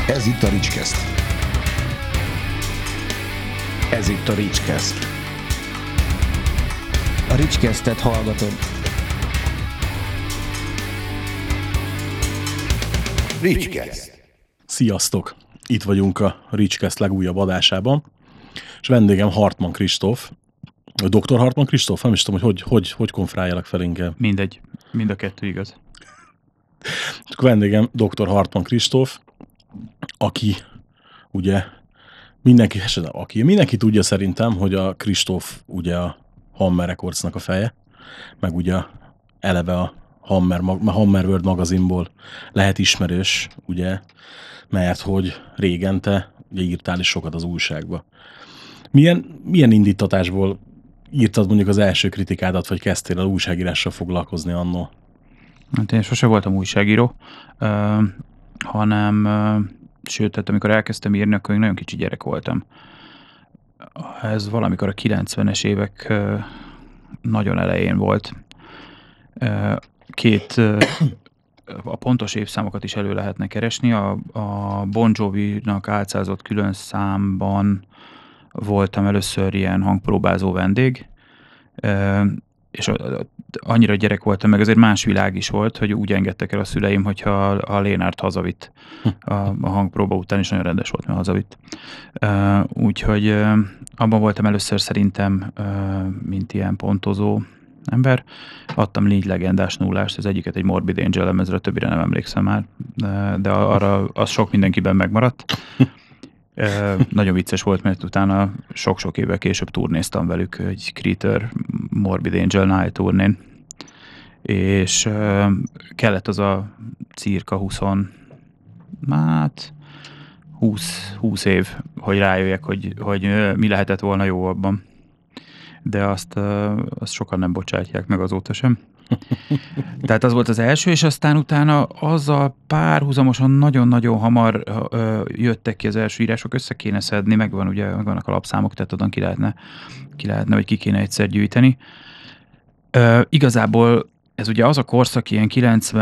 Ez itt a Ricskeszt. Ez itt a Ricskeszt. A Ricskesztet hallgatod. Ricskeszt. Sziasztok! Itt vagyunk a Ricskeszt legújabb adásában, és vendégem Hartman Kristóf. Dr. Hartman Kristóf? Nem is tudom, hogy konferáljalak fel inkább. Mindegy. Mind a kettő igaz. Vendégem Dr. Hartman Kristóf, aki ugye mindenki tudja szerintem, hogy a Kristóf ugye a Hammer Recordsnak a feje, meg ugye eleve a Hammer World magazinból lehet ismerős, ugye, mert hogy régen te ugye írtál is sokat az újságba. Milyen indítatásból írtad mondjuk az első kritikádat, vagy kezdtél el újságírással foglalkozni annól? Hát én sose voltam újságíró, hanem, sőt, tehát amikor elkezdtem írni, akkor még nagyon kicsi gyerek voltam. Ez valamikor a 90-es évek nagyon elején volt. A pontos évszámokat is elő lehetne keresni. A Bon Jovi-nak álcázott külön számban voltam először ilyen hangpróbázó vendég, és annyira gyerek voltam, meg azért más világ is volt, hogy úgy engedtek el a szüleim, hogyha a Lénárt hazavitt. A hangpróba után is nagyon rendes volt, mert hazavitt. Úgyhogy abban voltam először szerintem, mint ilyen pontozó ember. Adtam 4 legendás nullást, az egyiket egy Morbid Angel lemezre, a többire nem emlékszem már, de arra az sok mindenkiben megmaradt. Nagyon vicces volt, mert utána sok-sok évvel később turnéztam velük egy Creator Morbid Angel Night turnén, és kellett az a cirka 20 év, hogy rájöjjek, hogy mi lehetett volna jó abban. De azt sokan nem bocsátják meg azóta sem. Tehát az volt az első, és aztán utána azzal párhuzamosan nagyon-nagyon hamar jöttek ki az első írások, össze kéne szedni, megvannak a lapszámok, tehát odan ki lehetne, vagy ki kéne egyszer gyűjteni. Igazából ez ugye az a korszak, ilyen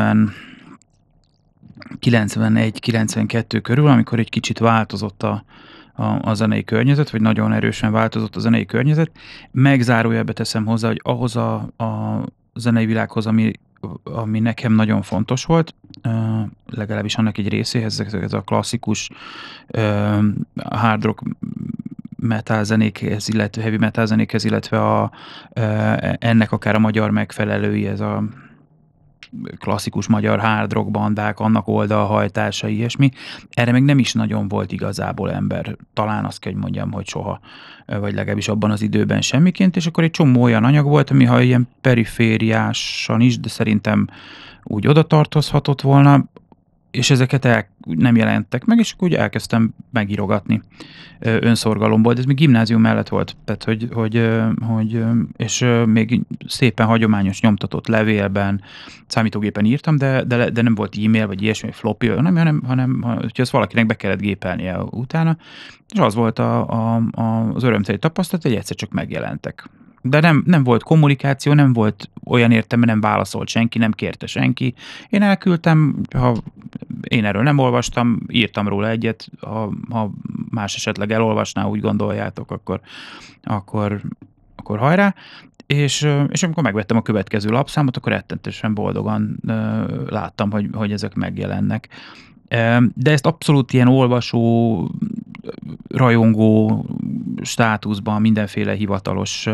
91-92 körül, amikor egy kicsit változott a zenei környezet, vagy nagyon erősen változott a zenei környezet. Megzárójelbe teszem hozzá, hogy ahhoz a zenei világhoz, ami nekem nagyon fontos volt, legalábbis annak egy részéhez, ez a klasszikus hard rock metal zenékhez, illetve heavy metal zenékhez, illetve ennek akár a magyar megfelelői, ez a klasszikus magyar hard rock bandák, annak oldalhajtása, ilyesmi. Erre még nem is nagyon volt igazából ember. Talán azt kell, hogy mondjam, hogy soha, vagy legalábbis abban az időben semmiként, és akkor egy csomó olyan anyag volt, ami ha ilyen perifériásan is, de szerintem úgy oda tartozhatott volna, és ezeket nem jelentek meg, és akkor úgy elkezdtem megírogatni önszorgalomból, de ez még gimnázium mellett volt, tehát és még szépen hagyományos nyomtatott levélben, számítógépen írtam, de nem volt e-mail, vagy ilyesmi, floppy, hanem hogy ezt valakinek be kellett gépelnie utána, és az volt az örömteli tapasztalat, hogy egyszer csak megjelentek. De nem volt kommunikáció, nem volt olyan értelemben, nem válaszolt senki, nem kérte senki. Én elküldtem, ha én erről nem olvastam, írtam róla egyet, ha más esetleg elolvasná, úgy gondoljátok, akkor hajrá. És amikor megvettem a következő lapszámot, akkor rettentősen boldogan láttam, hogy ezek megjelennek. De ezt abszolút ilyen olvasó, rajongó státuszban, mindenféle hivatalos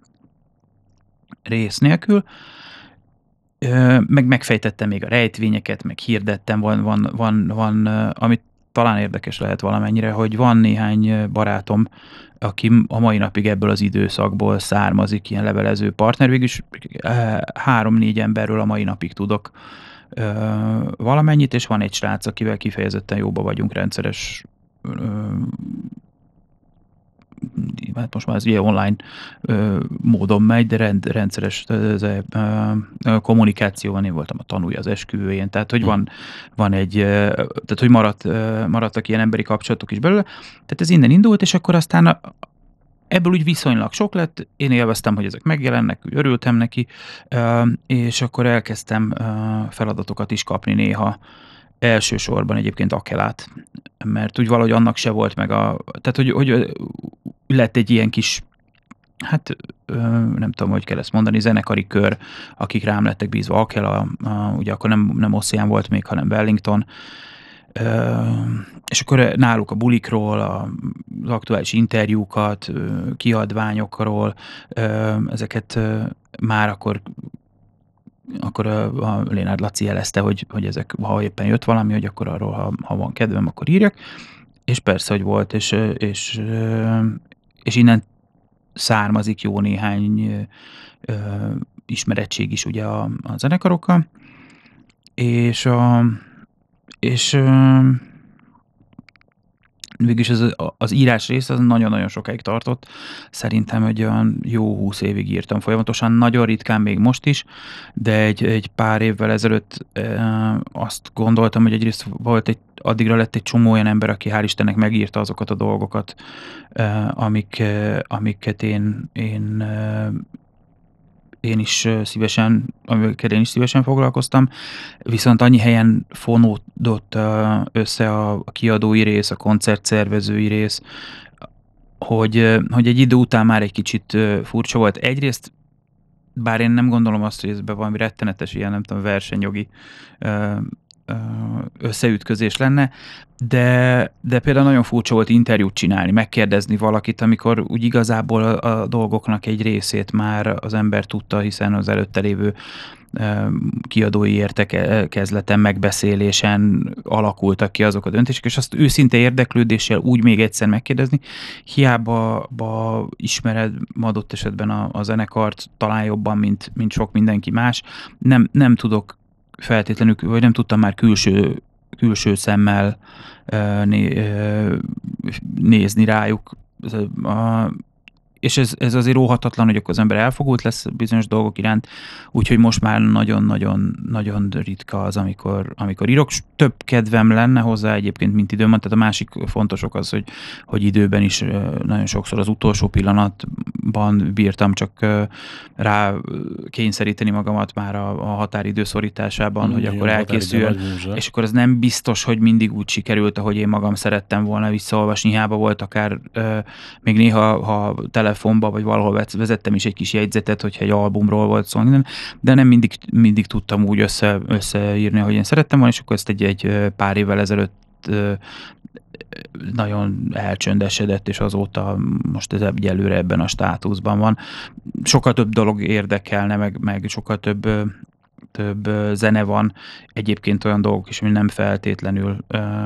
rész nélkül, megfejtettem még a rejtvényeket, meg hirdettem, van, amit talán érdekes lehet valamennyire, hogy van néhány barátom, aki a mai napig ebből az időszakból származik, ilyen levelező partner, végülis 3-4 emberről a mai napig tudok valamennyit, és van egy srác, akivel kifejezetten jóba vagyunk, rendszeres, hát most már ez ugye online módon megy, de rendszeres kommunikáció van, én voltam a tanúja az esküvőjén, tehát hogy van egy, tehát hogy maradtak ilyen emberi kapcsolatok is belőle, tehát ez innen indult, és akkor aztán ebből úgy viszonylag sok lett, én élveztem, hogy ezek megjelennek, úgy örültem neki, és akkor elkezdtem feladatokat is kapni néha elsősorban egyébként Akelát, mert úgy valahogy annak se volt meg tehát hogy lett egy ilyen kis, hát nem tudom, hogy kell ezt mondani, zenekari kör, akik rám lettek bízva. Akela, ugye akkor nem Ossian volt még, hanem Wellington, és akkor náluk a bulikról, az aktuális interjúkat, kiadványokról, ezeket már akkor a Lénárd Laci jelezte, hogy ezek, ha éppen jött valami, hogy akkor arról, ha van kedvem, akkor írjak. És persze, hogy volt, és innen származik jó néhány ismerettség is ugye a zenekarokkal, és végülis az írás rész az nagyon-nagyon sokáig tartott. Szerintem egy olyan jó 20 évig írtam folyamatosan, nagyon ritkán még most is, de egy pár évvel ezelőtt azt gondoltam, hogy egyrészt addigra lett egy csomó olyan ember, aki hál' Istennek megírta azokat a dolgokat, amiket én is szívesen foglalkoztam, viszont annyi helyen fonódott össze a kiadói rész, a koncertszervezői rész, hogy egy idő után már egy kicsit furcsa volt. Egyrészt, bár én nem gondolom azt, hogy ez valami rettenetes ilyen, nem tudom, versenyjogi összeütközés lenne, de például nagyon furcsa volt interjút csinálni, megkérdezni valakit, amikor úgy igazából a dolgoknak egy részét már az ember tudta, hiszen az előtte lévő kiadói értekezleten, megbeszélésen alakultak ki azok a döntések, és azt őszinte érdeklődéssel úgy még egyszer megkérdezni, hiába ismered adott esetben a zenekart talán jobban, mint sok mindenki más, nem tudok feltétlenül, vagy nem tudtam már külső szemmel nézni rájuk. És ez azért óhatatlan, hogy akkor az ember elfogult lesz bizonyos dolgok iránt, úgyhogy most már nagyon ritka az, amikor írok. Több kedvem lenne hozzá egyébként, mint időm van, tehát a másik fontos ok az, hogy időben is nagyon sokszor az utolsó pillanatban bírtam csak rá kényszeríteni magamat már a határidő szorításában, hogy akkor elkészüljön, és akkor az nem biztos, hogy mindig úgy sikerült, ahogy én magam szerettem volna visszaolvasni, hiába volt akár még néha, ha telefonba, vagy valahol vezettem is egy kis jegyzetet, hogyha egy albumról volt szó, de nem mindig tudtam úgy összeírni, ahogy én szerettem volna, és akkor ezt egy pár évvel ezelőtt nagyon elcsöndesedett, és azóta most ez egyelőre ebben a státuszban van. Sokkal több dolog érdekelne, meg sokkal több zene van, egyébként olyan dolgok is, ami nem feltétlenül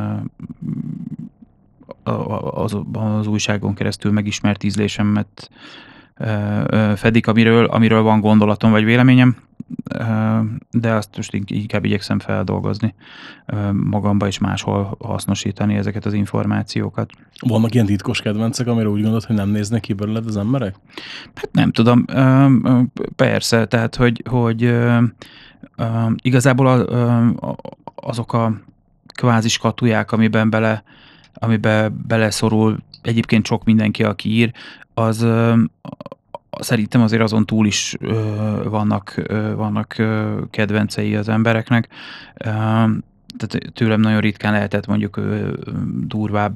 az újságon keresztül megismert ízlésemet fedik, amiről van gondolatom vagy véleményem, de azt most inkább igyekszem feldolgozni magamba és máshol hasznosítani ezeket az információkat. Vannak ilyen titkos kedvencek, amire úgy gondolod, hogy nem néznek ki belőled az emberek? Hát nem tudom, persze, tehát hogy igazából azok a kvázi skatuják, amiben beleszorul egyébként sok mindenki, aki ír, az szerintem azért azon túl is vannak kedvencei az embereknek. Tehát tőlem nagyon ritkán lehetett mondjuk durvább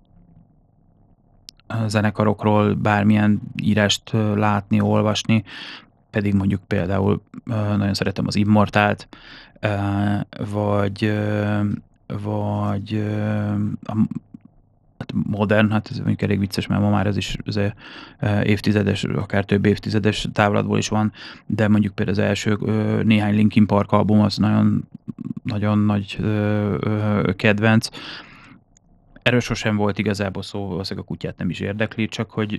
zenekarokról bármilyen írást látni, olvasni, pedig mondjuk például nagyon szeretem az Immortált, vagy modern, hát ez mondjuk elég vicces, mert ma már ez is évtizedes, akár több évtizedes távlatból is van, de mondjuk például az első néhány Linkin Park album az nagyon nagy kedvenc. Erről sosem volt igazából szó, valószínűleg a kutyát nem is érdekli, csak hogy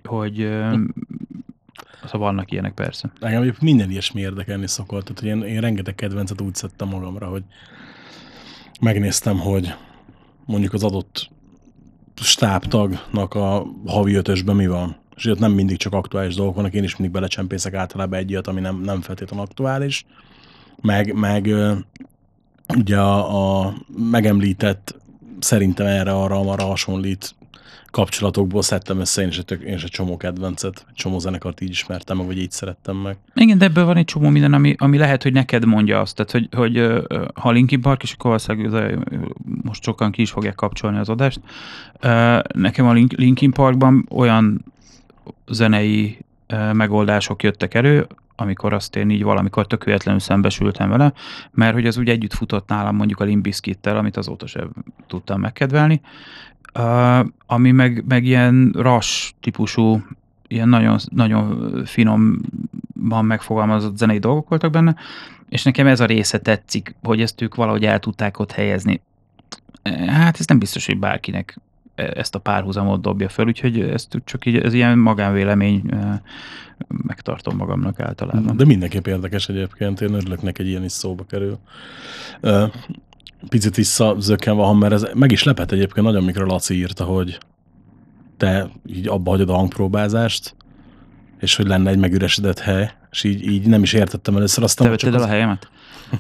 szóval vannak ilyenek persze. Engem minden ilyesmi érdekelni szokott, tehát én rengeteg kedvencet úgy szedtem magamra, hogy megnéztem, hogy mondjuk az adott stábtagnak a havi ötösben mi van. És ott nem mindig csak aktuális dolgok vannak, én is mindig belecsempészek általában egy ilyet, ami nem feltétlenül aktuális. Meg ugye a megemlített, szerintem arra hasonlít kapcsolatokból szedtem össze én is egy csomó kedvencet, egy csomó zenekart így ismertem meg, vagy így szerettem meg. Igen, de ebből van egy csomó minden, ami lehet, hogy neked mondja azt. Tehát, hogy ha Linkin Park, és akkor valószínűleg most sokan ki is fogják kapcsolni az adást. Nekem a Linkin Parkban olyan zenei megoldások jöttek elő, amikor azt én így valamikor tökéletlenül szembesültem vele, mert hogy az úgy együtt futott nálam mondjuk a Limp Bizkittel, amit azóta sem tudtam megkedvelni, ami meg ilyen Rush típusú, ilyen nagyon, nagyon finomban megfogalmazott zenei dolgok voltak benne, és nekem ez a része tetszik, hogy ezt ők valahogy el tudták ott helyezni. Hát ez nem biztos, hogy bárkinek ezt a párhuzamot dobja föl, úgyhogy ezt csak így, ez ilyen magánvélemény, megtartom magamnak általában. De mindenképp érdekes egyébként, én örülök neki, egy ilyen is szóba kerül. Picit visszazökkenve, mert ez meg is lepett egyébként nagyon, mikor Laci írta, hogy te így abba hagyod a hangpróbázást, és hogy lenne egy megüresedett hely, és így nem is értettem először. Aztán te vetted el a helyemet?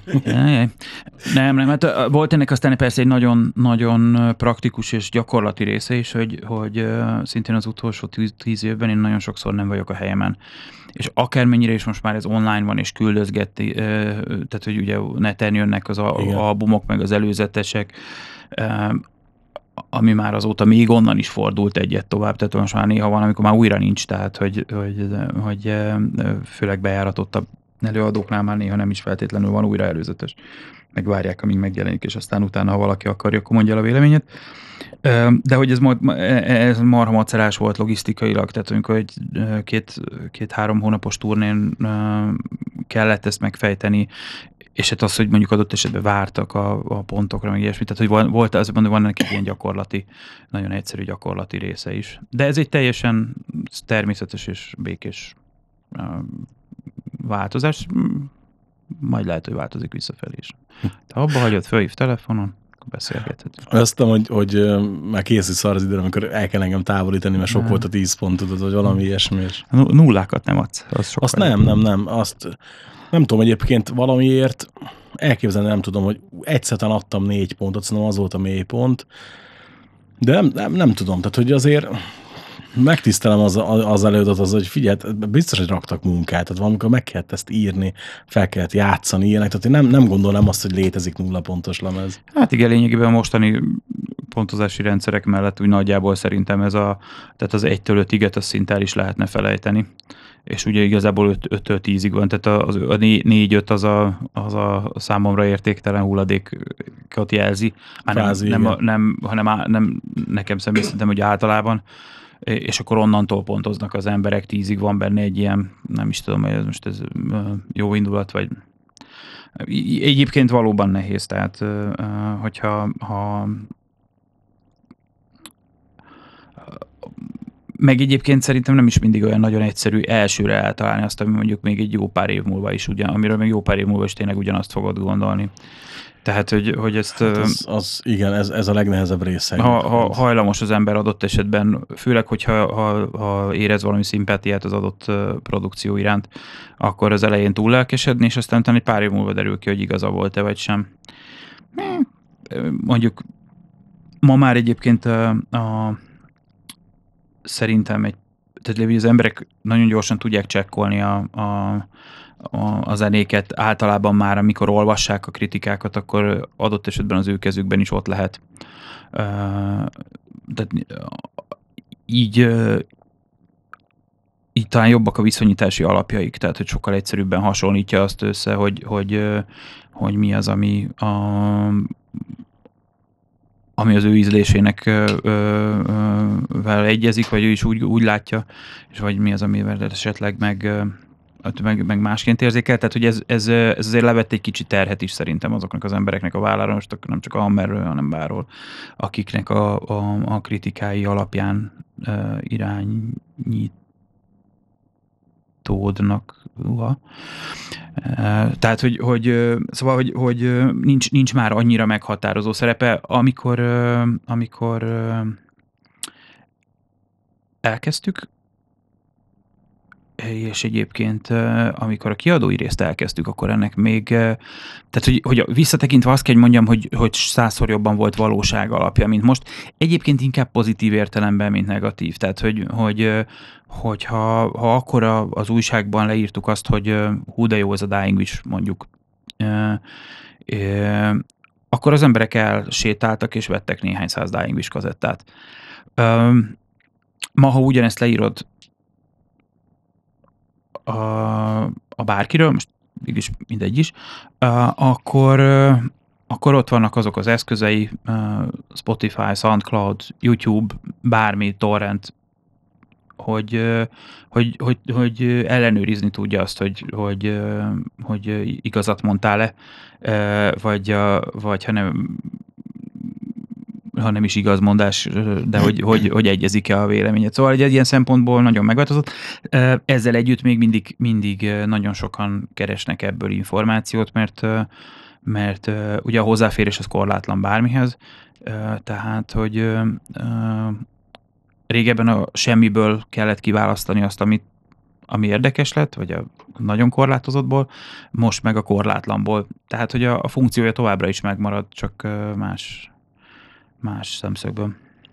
Nem, hát volt ennek aztán persze egy nagyon, nagyon praktikus és gyakorlati része is, hogy szintén az utolsó 10 évben én nagyon sokszor nem vagyok a helyemen. És akármennyire is most már ez online van és küldözgeti, tehát hogy ugye neten jönnek az albumok, meg az előzetesek, ami már azóta még onnan is fordult egyet tovább, tehát most már néha van, amikor már újra nincs, tehát hogy főleg bejáratottabb előadóknál már néha nem is feltétlenül van újra előzetes. Megvárják, amíg megjelenik, és aztán utána, ha valaki akarja, akkor mondja el a véleményet. De hogy ez marha macerás volt logisztikailag, tehát amikor egy 2-3 hónapos turnén kellett ezt megfejteni, és hát az, hogy mondjuk adott esetben vártak a pontokra, meg ilyesmi, tehát hogy volt, azért mondom, van neki ilyen gyakorlati, nagyon egyszerű gyakorlati része is. De ez egy teljesen természetes és békés változás, majd lehet, hogy változik visszafelé is. Ha abba hagyod, fölhív telefonon, akkor beszélgethetünk. Azt mondom, hogy már készülsz arra az időre, amikor el kell engem távolítani, mert sok volt a 10 pont, tudod, vagy valami ilyesmi. Nullákat nem adsz. Azt nem. Azt nem tudom, egyébként valamiért elképzelni nem tudom, hogy egyszerűen adtam 4 pontot, szerintem az volt a mély pont, de nem tudom, tehát hogy azért megtisztelem az előadat, hogy figyelj, biztos, hogy raktak munkát, tehát valamikor meg kellett ezt írni, fel kellett játszani ilyenek, tehát én nem gondolom azt, hogy létezik 0 pontos lemez. Hát igen, lényegében a mostani pontozási rendszerek mellett úgy nagyjából szerintem tehát az 1-től 5-ig azt szinte el is lehetne felejteni. És ugye igazából 5-től 10-ig van, tehát a 4-5 az a számomra értéktelen hulladékot jelzi. Nem nekem személy szerintem, hogy általában. És akkor onnantól pontoznak az emberek, 10-ig van benne egy ilyen, nem is tudom, hogy most ez jó indulat, vagy egyébként valóban nehéz, tehát hogyha meg egyébként szerintem nem is mindig olyan nagyon egyszerű elsőre eltalálni azt, ami mondjuk még egy jó pár év múlva is, amiről még jó pár év múlva is tényleg ugyanazt fogod gondolni. Tehát, hogy ezt... Hát igen, ez a legnehezebb része. Ha hajlamos az ember adott esetben, főleg, hogyha érez valami szimpátiát az adott produkció iránt, akkor az elején túl lelkesedni, és aztán egy pár év múlva derül ki, hogy igaza volt-e, vagy sem. Mondjuk ma már egyébként szerintem tehát az emberek nagyon gyorsan tudják csekkolni a zenéket, általában már, amikor olvassák a kritikákat, akkor adott esetben az ő kezükben is ott lehet. Tehát így talán jobbak a viszonyítási alapjaik, tehát hogy sokkal egyszerűbben hasonlítja azt össze, hogy mi az, ami az ő ízlésének vel egyezik, vagy ő is úgy látja, és vagy mi az, amivel esetleg meg másként érzékel. Tehát, hogy ez azért levett egy kicsit terhet is szerintem azoknak az embereknek a vállára, most nem csak a Hammerről, hanem bárhol, akiknek a kritikái alapján irányítódnak. Tehát, hogy nincs már annyira meghatározó szerepe, amikor elkezdtük, és egyébként amikor a kiadói részt elkezdtük, akkor ennek még, tehát hogy visszatekintve azt kell, hogy mondjam, hogy 100-szor jobban volt valóság alapja, mint most. Egyébként inkább pozitív értelemben, mint negatív. Tehát, hogyha akkor az újságban leírtuk azt, hogy hú de jó ez a Dying Wish, mondjuk, akkor az emberek elsétáltak és vettek néhány száz Dying Wish kazettát. Ma, ha ugyanezt leírod a bárkiről, most mégis mindegy is, akkor ott vannak azok az eszközei, Spotify, SoundCloud, YouTube, bármi, torrent, hogy ellenőrizni tudja azt, hogy igazat mondtál-e, vagy ha nem is igazmondás, de hogy egyezik-e a véleményed. Szóval egy ilyen szempontból nagyon megváltozott. Ezzel együtt még mindig nagyon sokan keresnek ebből információt, mert ugye a hozzáférés az korlátlan bármihez, tehát, hogy régebben a semmiből kellett kiválasztani azt, ami érdekes lett, vagy a nagyon korlátozottból, most meg a korlátlanból. Tehát, hogy a funkciója továbbra is megmarad, csak más szemszögből.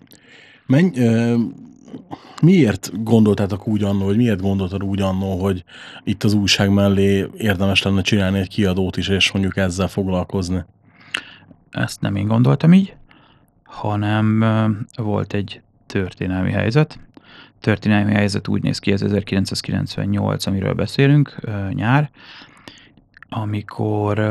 Miért gondoltátok úgy annó, vagy miért gondoltad úgy annó, hogy itt az újság mellé érdemes lenne csinálni egy kiadót is, és mondjuk ezzel foglalkozni? Ezt nem én gondoltam így, hanem volt egy történelmi helyzet. Történelmi helyzet úgy néz ki, ez 1998, amiről beszélünk, nyár, amikor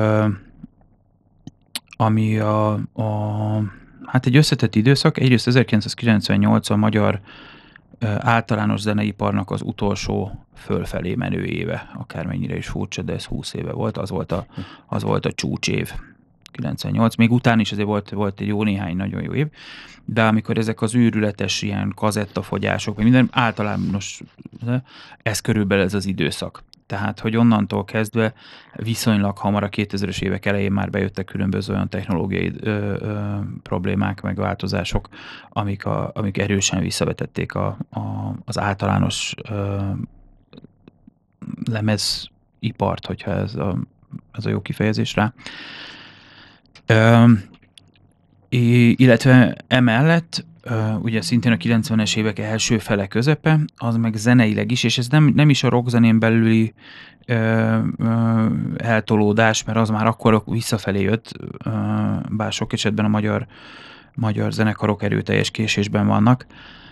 ami hát egy összetett időszak. Egyrészt 1998 a magyar általános zeneiparnak az utolsó fölfelé menő éve, akármennyire is furcsa, de ez 20 éve volt, az volt a csúcsév. 98, még után is azért volt egy jó néhány nagyon jó év, de amikor ezek az őrületes ilyen kazettafogyások, vagy minden általános, ez körülbelül ez az időszak. Tehát, hogy onnantól kezdve viszonylag hamar a 2000-es évek elején már bejöttek különböző olyan technológiai problémák, meg változások, amik erősen visszavetették az általános lemezipart, hogyha ez a jó kifejezés rá. Illetve emellett ugye szintén a 90-es évek első fele közepe, az meg zeneileg is, és ez nem is a rockzenén belüli eltolódás, mert az már akkor visszafelé jött, bár sok esetben a magyar zenekarok erőteljes késésben vannak,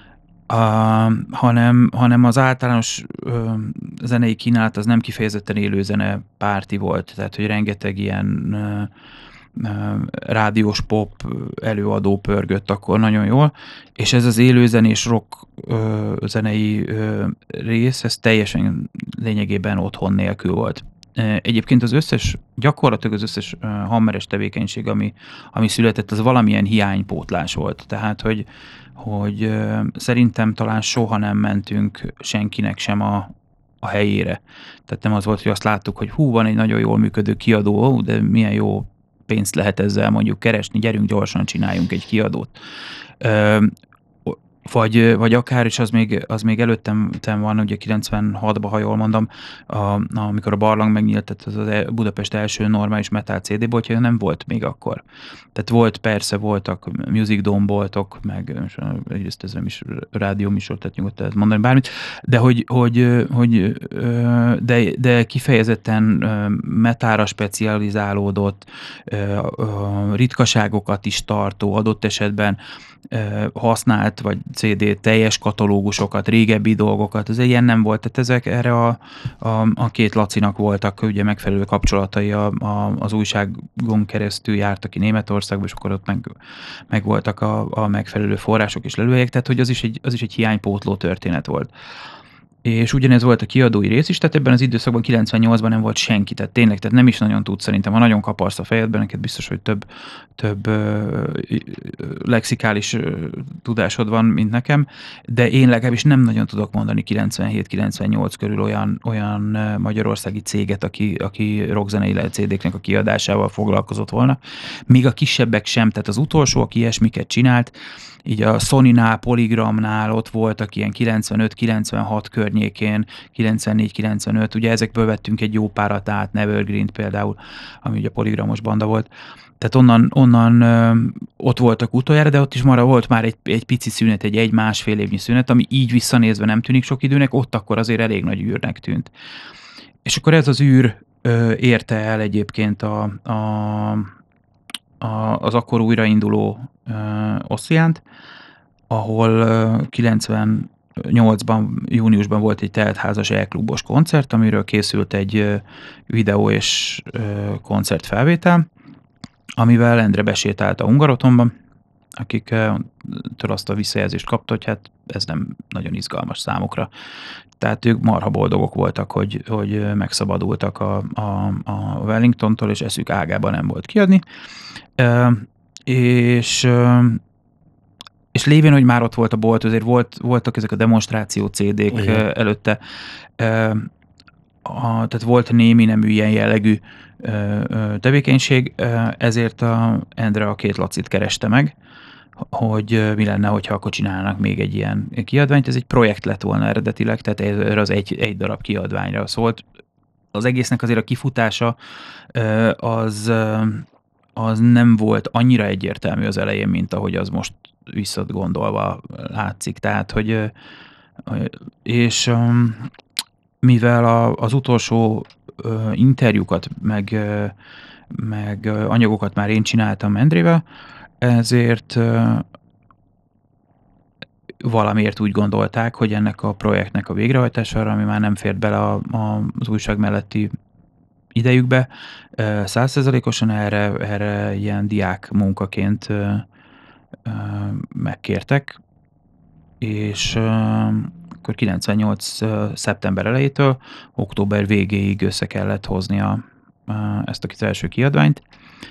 hanem az általános zenei kínálat az nem kifejezetten élőzene párti volt, tehát hogy rengeteg ilyen rádiós pop előadó pörgött akkor nagyon jól, és ez az élőzenés rock zenei rész, ez teljesen lényegében otthon nélkül volt. Egyébként gyakorlatilag az összes hammeres tevékenység, ami született, az valamilyen hiánypótlás volt. Tehát, hogy szerintem talán soha nem mentünk senkinek sem a helyére. Tehát nem az volt, hogy azt láttuk, hogy van egy nagyon jól működő kiadó, de milyen jó pénzt lehet ezzel mondjuk keresni, gyerünk gyorsan csináljunk egy kiadót. Vagy akár is az még előttem van, ugye 96-ban, ha jól mondom, amikor a Barlang megnyílt, tehát az Budapest első normális metal CD boltja, nem volt még akkor. Tehát voltak Music Dome boltok, meg egyrészt ez nem is rádióműsor, tehát nyugodt lehet mondani bármit, de kifejezetten metára specializálódott, ritkaságokat is tartó, adott esetben használt, vagy CD teljes katalógusokat, régebbi dolgokat, ez ilyen nem volt, tehát ezek erre a két Lacinak voltak ugye megfelelő kapcsolatai, az újságon keresztül járt, aki Németországban, és akkor ott meg voltak a megfelelő források és lelőhelyek, tehát hogy az is egy hiánypótló történet volt. És ugyanez volt a kiadói rész is, tehát ebben az időszakban 98-ban nem volt senki, tehát tényleg, tehát nem is nagyon tudsz szerintem, ha nagyon kaparsz a fejedben, neked biztos, hogy több lexikális tudásod van, mint nekem, de én legalábbis nem nagyon tudok mondani 97-98 körül olyan magyarországi céget, aki rockzenei CD-knek a kiadásával foglalkozott volna. Még a kisebbek sem, tehát az utolsó, aki ilyesmiket csinált, így a Sonynál, Polygramnál ott voltak ilyen 95-96 környékén környékén, 94-95, ugye ezekből vettünk egy jó párat át, Nevergreen például, ami ugye poligramos banda volt. Tehát onnan ott voltak utoljára, de ott is volt már egy pici szünet, egy másfél évnyi szünet, ami így visszanézve nem tűnik sok időnek, ott akkor azért elég nagy űrnek tűnt. És akkor ez az űr érte el egyébként az akkor újrainduló Ossiánt, ahol 98-ban, júniusban volt egy teltházas E-klubos koncert, amiről készült egy videó és koncertfelvétel, amivel Endre besétált a Hungarotonban, akiktől azt a visszajelzést kapta, hogy hát ez nem nagyon izgalmas számukra. Tehát ők marha boldogok voltak, hogy megszabadultak a Wellingtontól, és eszük ágában nem volt kiadni. És lévén, hogy már ott volt a bolt, azért voltak ezek a demonstráció CD-k előtte, tehát volt némi nemű ilyen jellegű tevékenység, ezért Endre a két Lacit kereste meg, hogy mi lenne, hogyha akkor csinálnak még egy ilyen kiadványt. Ez egy projekt lett volna eredetileg, tehát ez az egy darab kiadványra szólt. Az egésznek azért a kifutása az nem volt annyira egyértelmű az elején, mint ahogy az most visszagondolva látszik. Tehát, és mivel az utolsó interjúkat, meg anyagokat már én csináltam Endrével, ezért valamiért úgy gondolták, hogy ennek a projektnek a végrehajtására, ami már nem fért bele az újság melletti idejükbe, 100%-osan erre ilyen diák munkaként megkértek, és akkor 98. szeptember elejétől október végéig össze kellett hozni ezt az első kiadványt,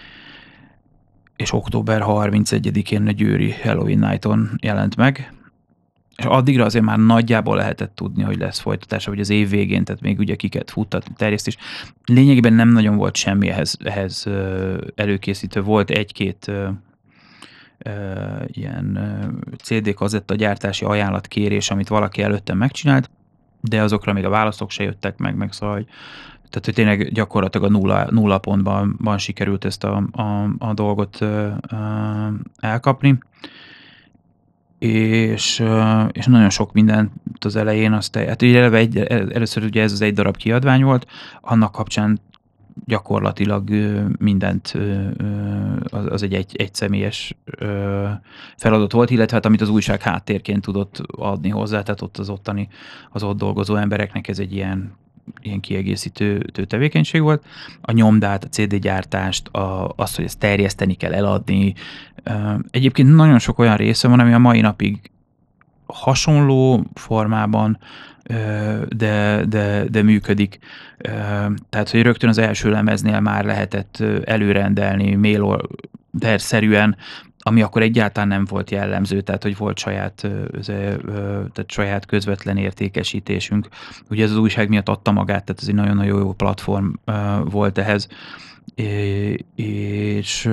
és október 31-én a győri Halloween Night-on jelent meg, és addigra azért már nagyjából lehetett tudni, hogy lesz folytatása, vagy az év végén, tehát még ugye kiket futtatni, terjesztés. Lényegében nem nagyon volt semmi ehhez előkészítő, volt egy-két ilyen CD kazetta gyártási ajánlatkérés, amit valaki előttem megcsinált, de azokra még a válaszok se jöttek meg szóval, tehát, hogy tényleg gyakorlatilag a nulla pontban sikerült ezt a dolgot elkapni. És nagyon sok mindent az elején, hát ugye először ugye ez az egy darab kiadvány volt, annak kapcsán gyakorlatilag mindent az egy személyes feladat volt, illetve hát amit az újság háttérként tudott adni hozzá, tehát ott az ott dolgozó embereknek ez egy ilyen kiegészítő tevékenység volt. A nyomdát, a CD gyártást, azt, hogy ezt terjeszteni kell, eladni. Egyébként nagyon sok olyan része van, ami a mai napig hasonló formában, de működik. Tehát, hogy rögtön az első lemeznél már lehetett előrendelni mail-order-szerűen, ami akkor egyáltalán nem volt jellemző, tehát hogy volt saját közvetlen értékesítésünk. Ugye ez az újság miatt adta magát, tehát ez egy nagyon-nagyon jó platform volt ehhez, és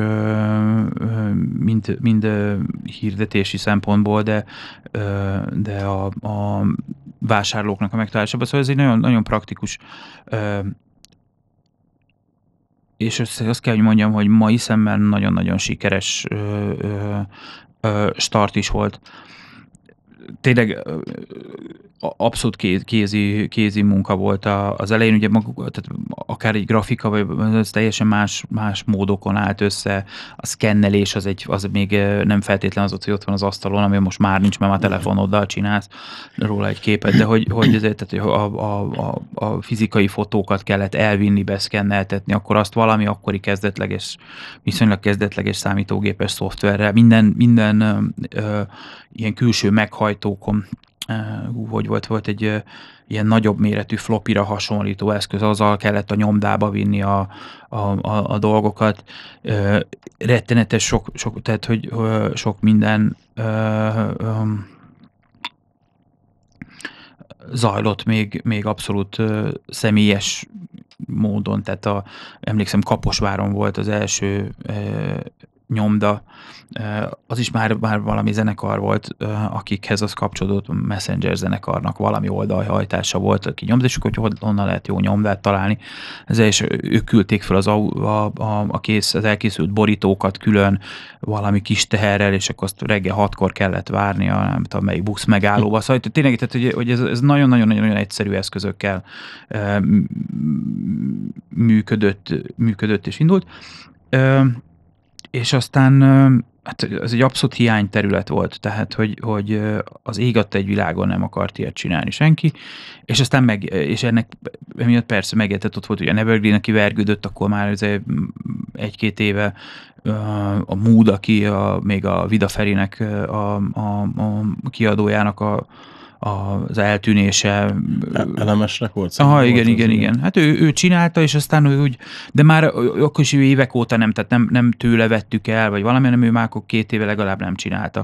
mind hirdetési szempontból, de a vásárlóknak a megtalálásában. Szóval ez egy nagyon, nagyon praktikus, és azt kell, hogy mondjam, hogy mai szemmel nagyon-nagyon sikeres start is volt. Tényleg abszolút kézi munka volt az elején, ugye tehát akár egy grafika, vagy ez teljesen más módokon állt össze, a szkennelés az még nem feltétlen az, hogy ott van az asztalon, ami most már nincs, mert már telefonoddal csinálsz róla egy képet, de hogy ezért, tehát, hogy a fizikai fotókat kellett elvinni, beszkenneltetni, akkor azt valami akkori viszonylag kezdetleges számítógépes szoftverrel, minden ilyen külső meghajtókon, hogy volt egy ilyen nagyobb méretű flopira hasonlító eszköz, azzal kellett a nyomdába vinni a dolgokat. Rettenetes sok, tehát hogy sok minden zajlott még abszolút személyes módon, tehát emlékszem, Kaposváron volt az első nyomda, az is már valami zenekar volt, akikhez az kapcsolódott Messenger zenekarnak valami oldalhajtása volt, aki nyomda, és hogy honnan lehet jó nyomdát találni. És ők küldték fel az elkészült borítókat külön valami kis teherrel, és akkor azt reggel 6-kor kellett várni a nem tudom melyik busz megállóba. Szóval tényleg, tehát, hogy ez nagyon-nagyon egyszerű eszközökkel működött és indult. És aztán hát ez egy abszolút hiányterület volt, tehát hogy az ég adta egy világon nem akart ilyet csinálni senki, és aztán és ennek emiatt persze megértett, ott volt ugye a Nevergreen, aki vergődött, akkor már 1-2 éve a Mood, aki még a Vida Ferinek a kiadójának az eltűnése. Elemesnek volt? Igen. Hát ő csinálta, és aztán ő úgy, de már akkor is évek óta nem tőle vettük el, vagy valami, hanem ő már akkor 2 éve legalább nem csinálta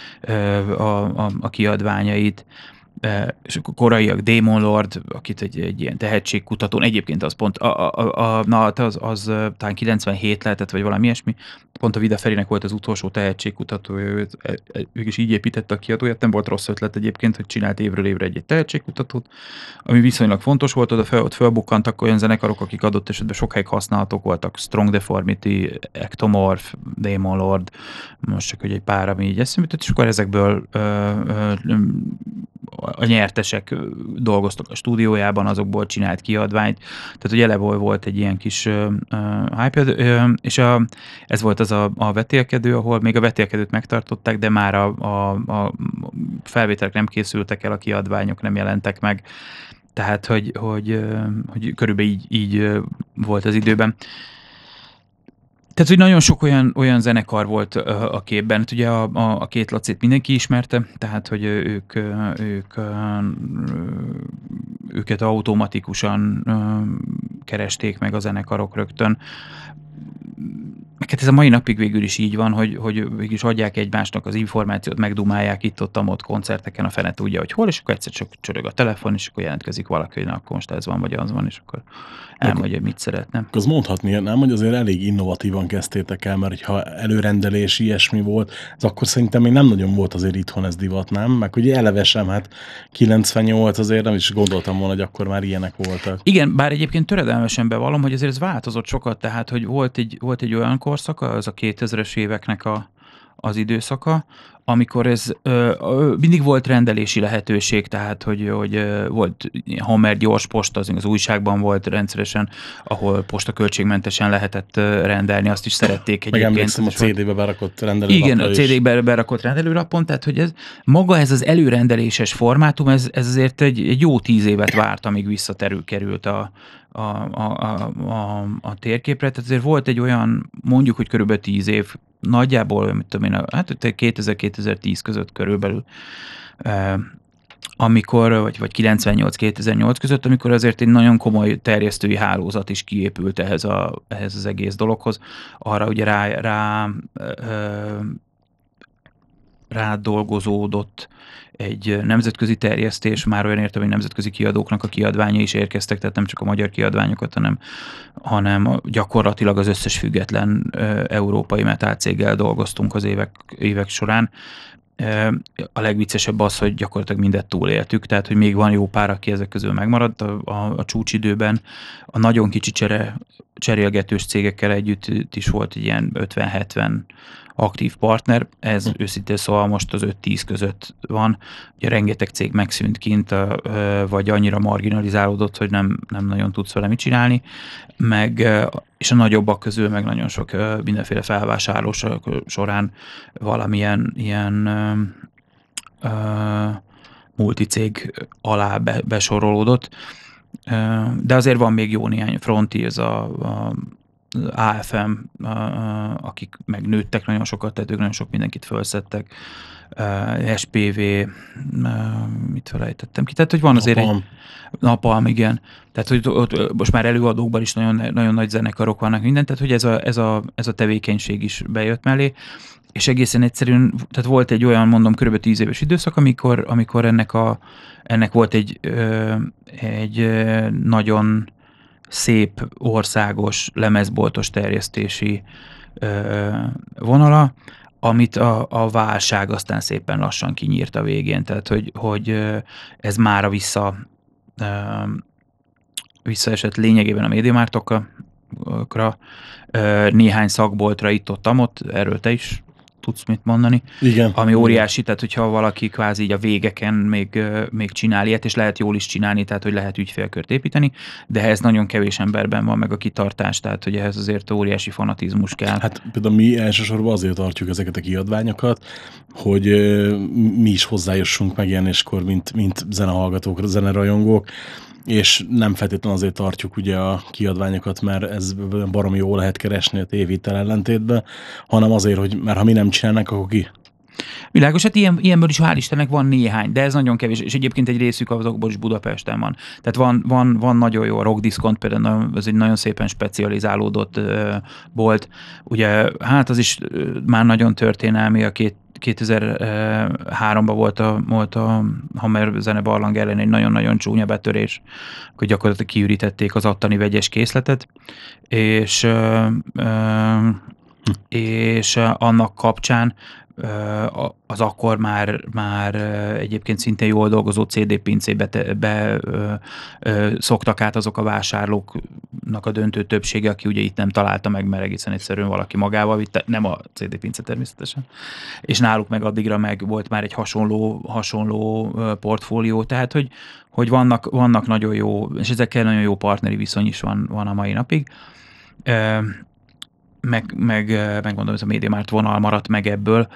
a kiadványait. És akkor koraiak, Demon Lord, akit egy ilyen tehetségkutatón, egyébként az pont, az talán 97 lehetett, vagy valami ilyesmi, pont a Vida Ferinek volt az utolsó tehetségkutatója, ő is így építette a kiadóját, nem volt rossz ötlet egyébként, hogy csinált évről évre egy tehetségkutatót, ami viszonylag fontos volt, ott fölbukkantak olyan zenekarok, akik adott esetben sokáig használhatók voltak, Strong Deformity, Ectomorph, Demon Lord, most csak hogy egy pár, ami így eszembe jutott, és akkor ezekből a nyertesek dolgoztak a stúdiójában, azokból csinált kiadványt, tehát hogy eleve volt egy ilyen kis hype, és ez volt az a vetélkedő, ahol még a vetélkedőt megtartották, de már a felvételek nem készültek el, a kiadványok nem jelentek meg, tehát hogy körülbelül így volt az időben. Tehát, hogy nagyon sok olyan zenekar volt a képben. Hát ugye a Két Lacit mindenki ismerte, tehát, hogy őket automatikusan keresték meg a zenekarok rögtön. Hát ez a mai napig végül is így van, hogy végül is adják egymásnak az információt, megdumálják itt-ott koncerteken, a fene tudja, hogy hol, és akkor egyszer csak csörög a telefon, és akkor jelentkezik valaki, hogy akkor most ez van, vagy az van, és akkor elmondja, mit szeretne. Az mondhatni, nem, hogy azért elég innovatívan kezdtétek el, mert ha előrendelés ilyesmi volt, az akkor szerintem még nem nagyon volt azért itthon ez divat, nem? Meg hogy eleve sem, hát 98 azért nem is gondoltam volna, hogy akkor már ilyenek voltak. Igen, bár egyébként töredelmesen bevallom, hogy azért ez változott sokat, tehát hogy volt egy olyan korszaka, az a 2000-es éveknek az időszaka, amikor ez mindig volt rendelési lehetőség, tehát hogy volt Hammer gyors posta, az újságban volt rendszeresen, ahol postaköltségmentesen lehetett rendelni, azt is szerették egyébként. Meg emlékszem a CD-be berakott rendelőlapra. Igen, a CD-be berakott rendelőlapon, tehát hogy ez az előrendeléses formátum, ez azért egy jó 10 évet várt, amíg visszakerült a térképre, tehát azért volt egy olyan, mondjuk, hogy körülbelül 10 év, nagyjából, mit tudom én, hát 2000-2010 között körülbelül, amikor, vagy 98-2008 között, amikor azért egy nagyon komoly terjesztői hálózat is kiépült ehhez az egész dologhoz. Arra ugye rá dolgozódott egy nemzetközi terjesztés, már olyan értem, hogy nemzetközi kiadóknak a kiadványai is érkeztek, tehát nem csak a magyar kiadványokat, hanem gyakorlatilag az összes független európai metálcéggel dolgoztunk az évek során. A legviccesebb az, hogy gyakorlatilag mindet túléltük, tehát hogy még van jó pár, aki ezek közül megmaradt a csúcsidőben. A nagyon kicsi cserélgetős cégekkel együtt is volt egy ilyen 50-70 aktív partner, ez őszintén szóval most az 5-10 között van. Ugye rengeteg cég megszűnt kint, vagy annyira marginalizálódott, hogy nem nagyon tudsz vele mit csinálni, és a nagyobbak közül meg nagyon sok mindenféle felvásárlós során valamilyen ilyen multicég alá besorolódott. De azért van még jó néhány Fronti, ez az AFM, akik megnőttek nagyon sokat, tehát ők nagyon sok mindenkit felszettek, SPV, mit felejtettem ki, tehát hogy van azért egy Napalm, igen, tehát hogy ott most már előadókban is nagyon, nagyon nagy zenekarok vannak minden, tehát hogy ez a tevékenység is bejött mellé, és egészen egyszerűen, tehát volt egy olyan, mondom, kb. 10 éves időszak, amikor ennek volt egy nagyon szép országos lemezboltos terjesztési vonala, amit a válság aztán szépen lassan kinyírt a végén. Tehát, hogy ez mára visszaesett lényegében a MediaMarktokra, néhány szakboltra itt-ott, erről te is tudsz mit mondani. Igen. Ami óriási, tehát hogyha valaki kvázi így a végeken még csinál ilyet, és lehet jól is csinálni, tehát hogy lehet ügyfélkört építeni, de ehhez nagyon kevés emberben van meg a kitartás, tehát hogy ehhez azért óriási fanatizmus kell. Hát például mi elsősorban azért tartjuk ezeket a kiadványokat, hogy mi is hozzájussunk megjelenéskor, mint zenehallgatók, zenerajongók, és nem feltétlenül azért tartjuk ugye a kiadványokat, mert ez baromi jól lehet keresni a tévétel ellentétben, hanem azért, mert ha mi nem csinálnak, akkor ki? Világos, hát ilyenből is hál' Istennek van néhány, de ez nagyon kevés, és egyébként egy részük azokból is Budapesten van. Tehát van nagyon jó, a Rock Discount például, ez egy nagyon szépen specializálódott bolt. Ugye, hát az is már nagyon történelmi, a 2003-ban volt a Hammer Zene Barlang ellen egy nagyon-nagyon csúnya betörés, hogy gyakorlatilag kiürítették az attani vegyes készletet, és annak kapcsán az akkor már egyébként szintén jól dolgozó CD pincébe szoktak át azok a vásárlóknak a döntő többsége, aki ugye itt nem találta meg, mert egészen egyszerűen valaki magával vitte, nem a CD pince természetesen. És náluk meg addigra meg volt már egy hasonló portfólió, tehát hogy vannak nagyon jó, és ezekkel nagyon jó partneri viszony is van a mai napig. Megmondom, ez a MediaMarkt vonal maradt meg ebből,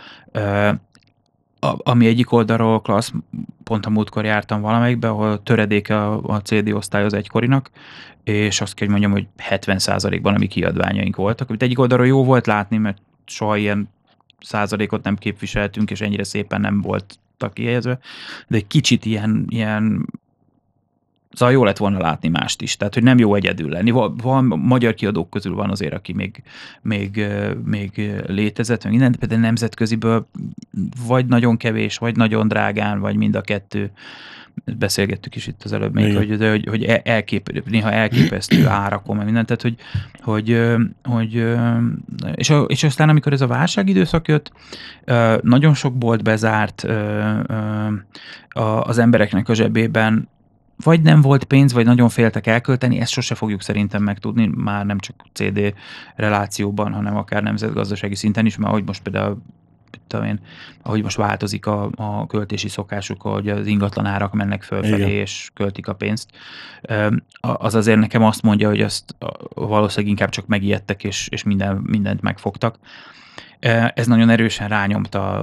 ami egyik oldalról klassz, pont a múltkor jártam valamelyikbe, ahol töredéke a CD osztály az egykorinak, és azt kell, hogy mondjam, hogy 70%-ban a mi kiadványaink voltak, amit egyik oldalról jó volt látni, mert soha ilyen százalékot nem képviseltünk, és ennyire szépen nem voltak kihelyezve, de egy kicsit ilyen szóval jó lett volna látni mást is, tehát hogy nem jó egyedül lenni. Van magyar kiadók közül van azért, aki még létezett, meg minden, de például nemzetköziből vagy nagyon kevés, vagy nagyon drágán, vagy mind a kettő. Beszélgettük is itt az előbb még, hogy néha elképesztő árakon, meg mindent, tehát és aztán amikor ez a válságidőszak jött, nagyon sok bolt bezárt az embereknek a zsebében, vagy nem volt pénz, vagy nagyon féltek elkölteni, ezt sose fogjuk szerintem megtudni, már nem csak CD relációban, hanem akár nemzetgazdasági szinten is, mert ahogy most például ahogy most változik a költési szokásuk, hogy az ingatlan árak mennek fölfelé, és költik a pénzt. Az azért nekem azt mondja, hogy azt valószínűleg inkább csak megijedtek, és mindent megfogtak. Ez nagyon erősen rányomta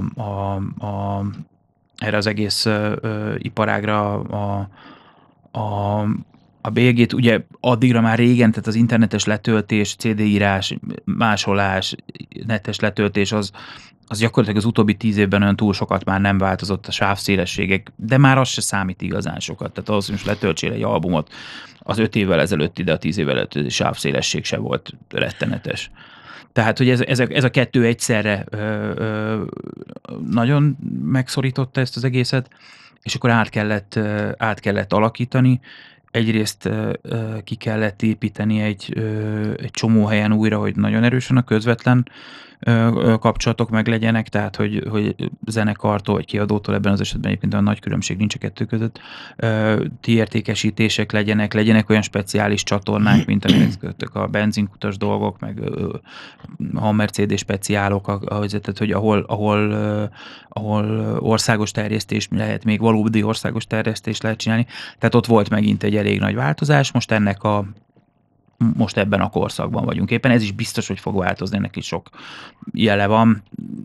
erre az egész iparágra a bélyegét. Ugye addigra már régen, tehát az internetes letöltés, CD-írás, másolás, netes letöltés, az gyakorlatilag az utóbbi 10 évben olyan túl sokat már nem változott, a sávszélességek, de már az se számít igazán sokat. Tehát ahhoz, hogy most letöltsél egy albumot, az 5 évvel ezelőtt ide, a 10 évvel ezelőtt sávszélesség se volt rettenetes. Tehát, hogy ez a kettő egyszerre nagyon megszorította ezt az egészet, és akkor át kellett alakítani. Egyrészt ki kellett építeni egy csomó helyen újra, hogy nagyon erősen a közvetlen kapcsolatok meglegyenek, tehát hogy zenekartól vagy kiadótól, ebben az esetben egyébként olyan nagy különbség nincs a kettő között, értékesítések legyenek olyan speciális csatornák, mint amik a benzinkutas dolgok, meg Hammer CD speciálok, tehát hogy ahol országos terjesztés lehet, még valódi országos terjesztést lehet csinálni. Tehát ott volt megint egy elég nagy változás, most ebben a korszakban vagyunk éppen. Ez is biztos, hogy fog változni, ennek is sok jele van.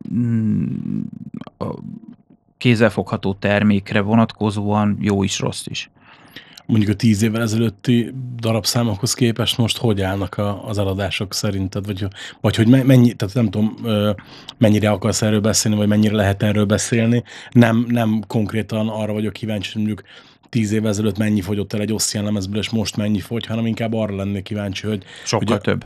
A kézzelfogható termékre vonatkozóan jó is, rossz is. Mondjuk a 10 évvel ezelőtti darabszámokhoz képest most hogy állnak az eladások szerinted? Vagy hogy mennyi, tehát nem tudom, mennyire akarsz erről beszélni, vagy mennyire lehet erről beszélni. Nem konkrétan arra vagyok kíváncsi, hogy mondjuk 10 évvel ezelőtt mennyi fogyott el egy Ossian lemezből, és most mennyi fogy, hanem inkább arra lennék kíváncsi, hogy... Sokkal több.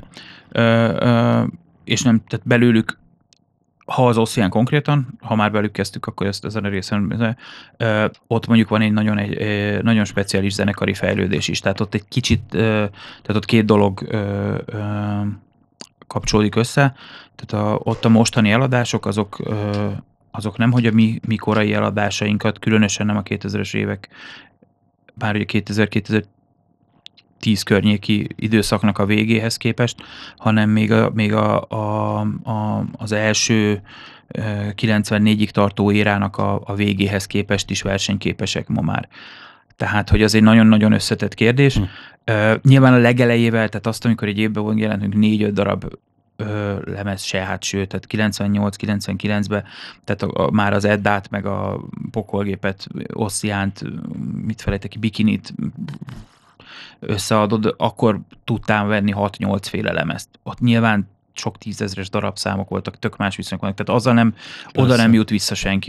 És nem, tehát belőlük, ha az Ossian konkrétan, ha már velük kezdtük, akkor ezen a részen, ott mondjuk van egy nagyon speciális zenekari fejlődés is, tehát ott egy kicsit, tehát ott két dolog kapcsolódik össze. Tehát ott a mostani eladások azok nem, hogy a mi korai eladásainkat, különösen nem a 2000-es évek, bár ugye 2000-2010 környéki időszaknak a végéhez képest, hanem még az első 94-ig tartó érának a végéhez képest is versenyképesek ma már. Tehát, hogy az egy nagyon-nagyon összetett kérdés. Nyilván a legelejével, tehát azt, amikor egy évben jelentünk 4-5 darab lemez se, hát sőt, tehát 98-99-ben, tehát már az Eddát, meg a Pokolgépet, Ossiánt, mit felejtek ki, Bikinit összeadod, akkor tudtál venni 6-8 féle lemezt. Ott nyilván sok tízezres darabszámok voltak, tök más viszonyok vannak, tehát azzal oda nem jut vissza senki,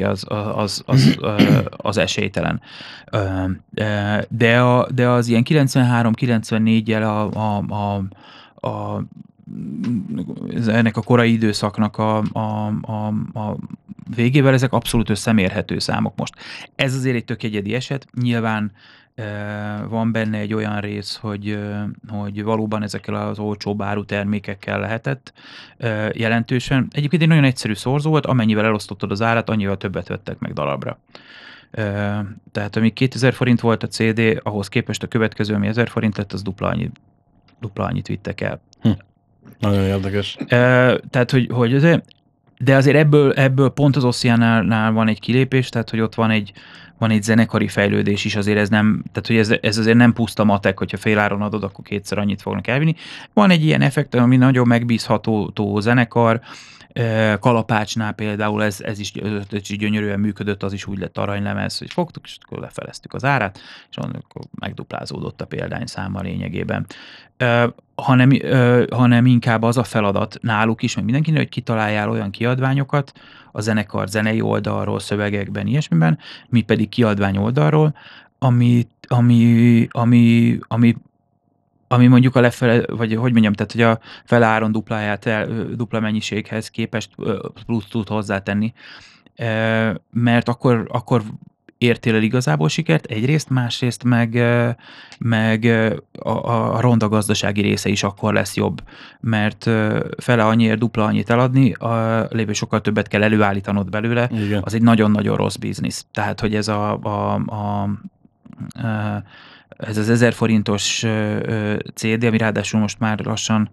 az esélytelen. De az ilyen 93-94-jel ennek a korai időszaknak a végével ezek abszolút összemérhető számok most. Ez azért egy tök egyedi eset, nyilván van benne egy olyan rész, hogy valóban ezekkel az olcsóbb árutermékekkel lehetett jelentősen. Egyébként egy nagyon egyszerű szorzó volt, amennyivel elosztottad az árat, annyival többet vettek meg darabra. Tehát amíg 2000 forint volt a CD, ahhoz képest a következő, ami 1000 forint lett, az dupla annyit vittek el. Nagyon érdekes. Tehát, hogy azért, de azért ebből pont az Ossiannál van egy kilépés, tehát, hogy ott van egy zenekari fejlődés is, azért ez nem, tehát, hogy ez azért nem puszta matek, hogyha féláron adod, akkor kétszer annyit fognak elvinni. Van egy ilyen effekt, ami nagyon megbízható zenekar, Kalapácsnál például ez is gyönyörűen működött, az is úgy lett aranylemez, hogy fogtuk, és akkor lefeleztük az árát, és akkor megduplázódott a példányszáma lényegében. Hanem inkább az a feladat náluk is, meg mindenkinek, hogy kitaláljál olyan kiadványokat a zenekar zenei oldalról, szövegekben, ilyesmiben, mi pedig kiadvány oldalról, ami mondjuk a lefele, vagy hogy mondjam, tehát hogy a feláron dupla mennyiséghez képest plusz tud hozzátenni, mert akkor értél el igazából sikert, egyrészt, másrészt meg a ronda gazdasági része is akkor lesz jobb, mert fele annyiért dupla annyit eladni, lévő sokkal többet kell előállítanod belőle, igen. Az egy nagyon-nagyon rossz biznisz. Tehát, hogy ez ez az 1000 forintos CD, ami ráadásul most már lassan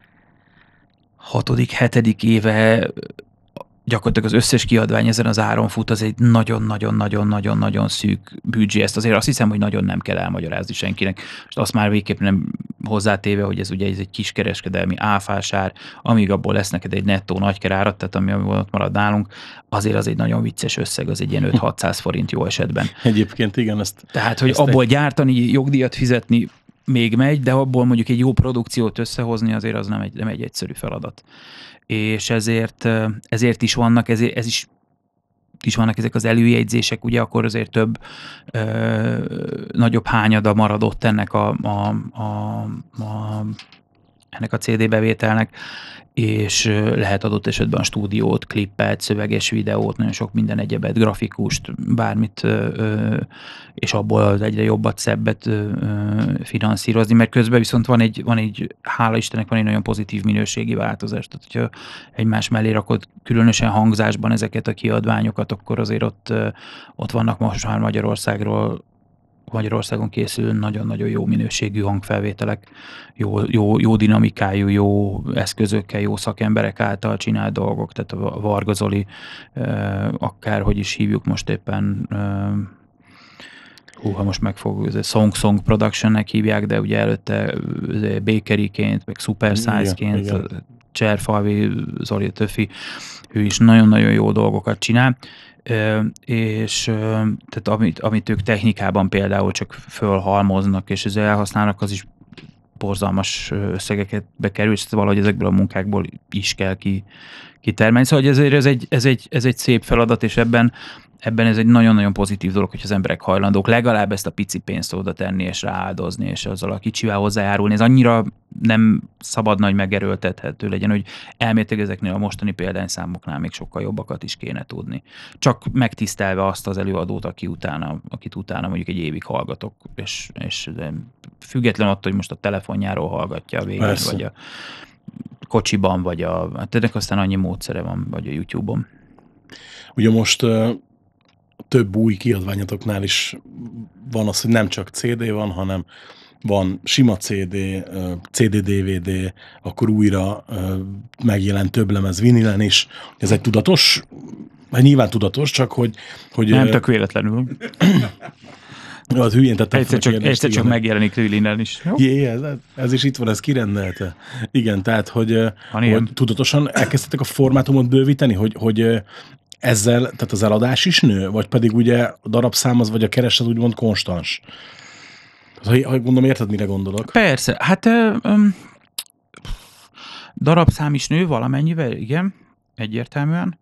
6.-7. éve gyakorlatilag az összes kiadvány ezen az áron fut, az egy nagyon-nagyon-nagyon-nagyon-nagyon szűk büdzsé. Ezt azért azt hiszem, hogy nagyon nem kell elmagyarázni senkinek. Most azt már végképp nem hozzátéve, hogy ez ugye ez egy kiskereskedelmi áfásár, amíg abból lesz neked egy nettó nagykerárat, tehát ami ott marad nálunk, azért az egy nagyon vicces összeg, az egy ilyen 5-600 forint jó esetben. Egyébként igen, tehát, hogy abból gyártani, jogdíjat fizetni még megy, de abból mondjuk egy jó produkciót összehozni, azért az nem egy egyszerű feladat. És ezért is vannak, ez is vannak ezek az előjegyzések, ugye akkor azért több nagyobb hányada maradott ennek ennek a CD bevételnek, és lehet adott esetben a stúdiót, klippet, szöveges videót, nagyon sok minden egyebet, grafikust, bármit, és abból az egyre jobbat, szebbet finanszírozni, mert közben viszont van egy, hála Istennek van egy nagyon pozitív minőségi változás. Tehát, hogyha egymás mellé rakod különösen hangzásban ezeket a kiadványokat, akkor azért ott vannak most már Magyarországon készül nagyon-nagyon jó minőségű hangfelvételek, jó dinamikájú, jó eszközökkel, jó szakemberek által csinált dolgok, tehát a Varga Zoli, akárhogy is hívjuk most éppen, ha most Song Productionnek hívják, de ugye előtte Bakeryként, meg Super Size-ként, Cserfalvi Zoli Töfi, ő is nagyon-nagyon jó dolgokat csinál. És tehát amit ők technikában például csak fölhalmoznak, és ezzel elhasználnak, az is borzalmas összegeket bekerül, és valahogy ezekből a munkákból is kell kitermelni. Szóval ez egy szép feladat, és ebben ez egy nagyon-nagyon pozitív dolog, hogy az emberek hajlandók legalább ezt a pici pénzt oda tenni, és rááldozni, és azzal a kicsivel hozzájárulni. Ez annyira nem szabadna, hogy megerőltethető legyen, hogy elméletileg ezeknél a mostani példányszámoknál még sokkal jobbakat is kéne tudni. Csak megtisztelve azt az előadót, akit utána mondjuk egy évig hallgatok, és független attól, hogy most a telefonjáról hallgatja a végén, vagy a kocsiban, vagy hát ennek aztán annyi módszere van, vagy a YouTube-on. Ugye most több új kiadványatoknál is van az, hogy nem csak CD van, hanem van sima CD, CD-DVD, akkor újra megjelent több lemez vinilen is. Ez egy tudatos, nyilván tudatos, csak hogy nem tök véletlenül. Az hülyén tettem Egyszer csak megjelenik vinilen is. Jé, ez is itt van, ez kirendelte. Igen, tehát, hogy tudatosan elkezdtetek a formátumot bővíteni, hogy ezzel, tehát az eladás is nő, vagy pedig ugye a darabszám az, vagy a kereslet úgymond konstans. Ha gondolom, érted, mire gondolok? Persze, hát darabszám is nő valamennyivel, igen, egyértelműen.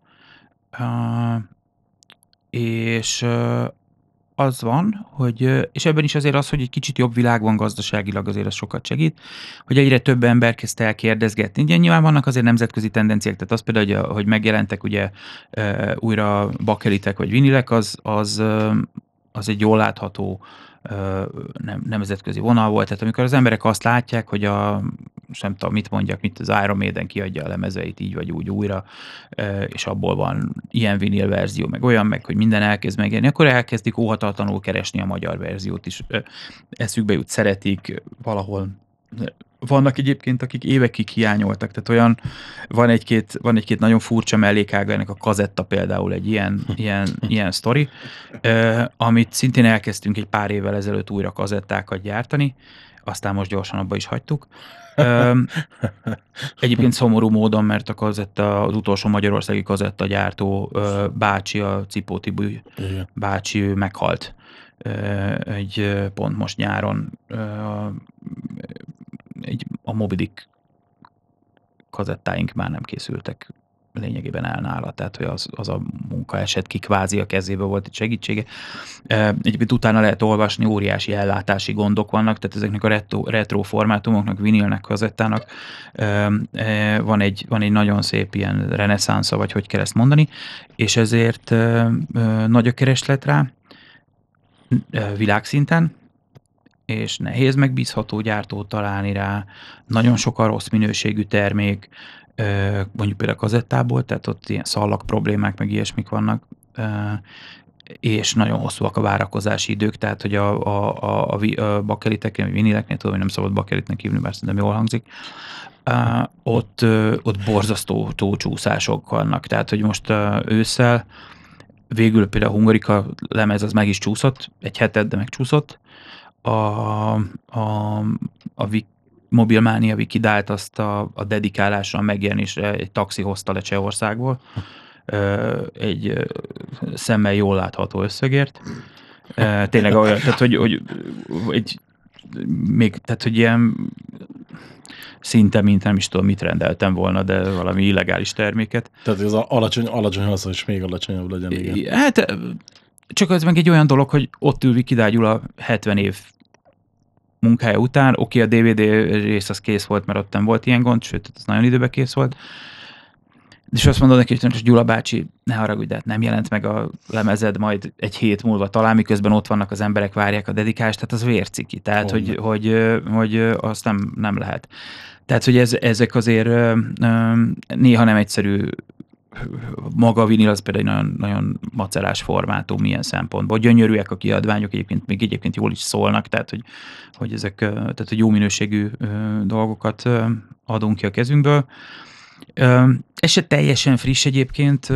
És az van, hogy, és ebben is azért az, hogy egy kicsit jobb világ van gazdaságilag, azért az sokat segít, hogy egyre több ember kezdte el kérdezgetni. Ugye nyilván vannak azért nemzetközi tendenciák, tehát az például, hogy megjelentek ugye újra bakelitek vagy vinilek, az egy jól látható nemzetközi vonal volt. Tehát amikor az emberek azt látják, hogy nem tudom, mit mondjak, mint az Iron Maiden kiadja a lemezeit így vagy úgy újra, és abból van ilyen vinil verzió, meg olyan, meg hogy minden elkezd megjelenni, akkor elkezdik óhatatlanul keresni a magyar verziót is. Eszükbe jut, szeretik, valahol vannak egyébként, akik évekig hiányoltak, tehát olyan, van egy-két nagyon furcsa mellékága, ennek a Kazetta például egy ilyen sztori, amit szintén elkezdtünk egy pár évvel ezelőtt újra kazettákat gyártani, aztán most gyorsan abba is hagytuk. Egyébként szomorú módon, mert a Kazetta, az utolsó magyarországi kazettagyártó bácsi, a Cipó Tibi bácsi, ő meghalt. Pont most nyáron a Moby Dick kazettáink már nem készültek lényegében el nála, tehát hogy az a munka esett ki, kvázi a kezébe volt egy segítsége. Egyébként utána lehet olvasni, óriási ellátási gondok vannak, tehát ezeknek a retro formátumoknak, vinilnek, kazettának van egy nagyon szép ilyen reneszánsza, vagy hogy kell ezt mondani, és ezért nagy a kereslet rá világszinten, és nehéz megbízható gyártót találni rá, nagyon sok a rossz minőségű termék, mondjuk például a kazettából, tehát ott ilyen szallag problémák, meg ilyesmik vannak, és nagyon hosszúak a várakozási idők, tehát hogy a bakeliteknél, vagy vinileknél, tudom, hogy nem szabad bakelitnek hívni, bár szerintem jól hangzik, ott borzasztó tócsúszások vannak, tehát hogy most ősszel végül például a Hungarika lemez az meg is csúszott, egy hetet, de megcsúszott, a Mobilmania Wikidált azt a dedikálásra, a megjelenésre egy taxi hozta le Csehországból, egy szemmel jól látható összegért. Tényleg olyan, tehát hogy ilyen szinte, mint nem is tudom, mit rendeltem volna, de valami illegális terméket. Tehát az alacsony haszon is még alacsonyabb legyen, igen. Hát csak az meg egy olyan dolog, hogy ott ül Wikidál Gyula 70 év munkája után, oké, a DVD rész az kész volt, mert ott nem volt ilyen gond, sőt, az nagyon időben kész volt. És azt mondod neki, hogy Gyula bácsi, ne haragudj, de hát nem jelent meg a lemezed, majd egy hét múlva talán, miközben ott vannak az emberek, várják a dedikást, tehát az vérciki, tehát hogy azt nem lehet. Tehát, hogy ezek azért néha nem egyszerű, maga a vinil az például egy nagyon, nagyon macerás formátum ilyen szempontból. Gyönyörűek a kiadványok, egyébként jól is szólnak, tehát hogy ezek tehát, hogy jó minőségű dolgokat adunk ki a kezünkből. Ez se teljesen friss egyébként.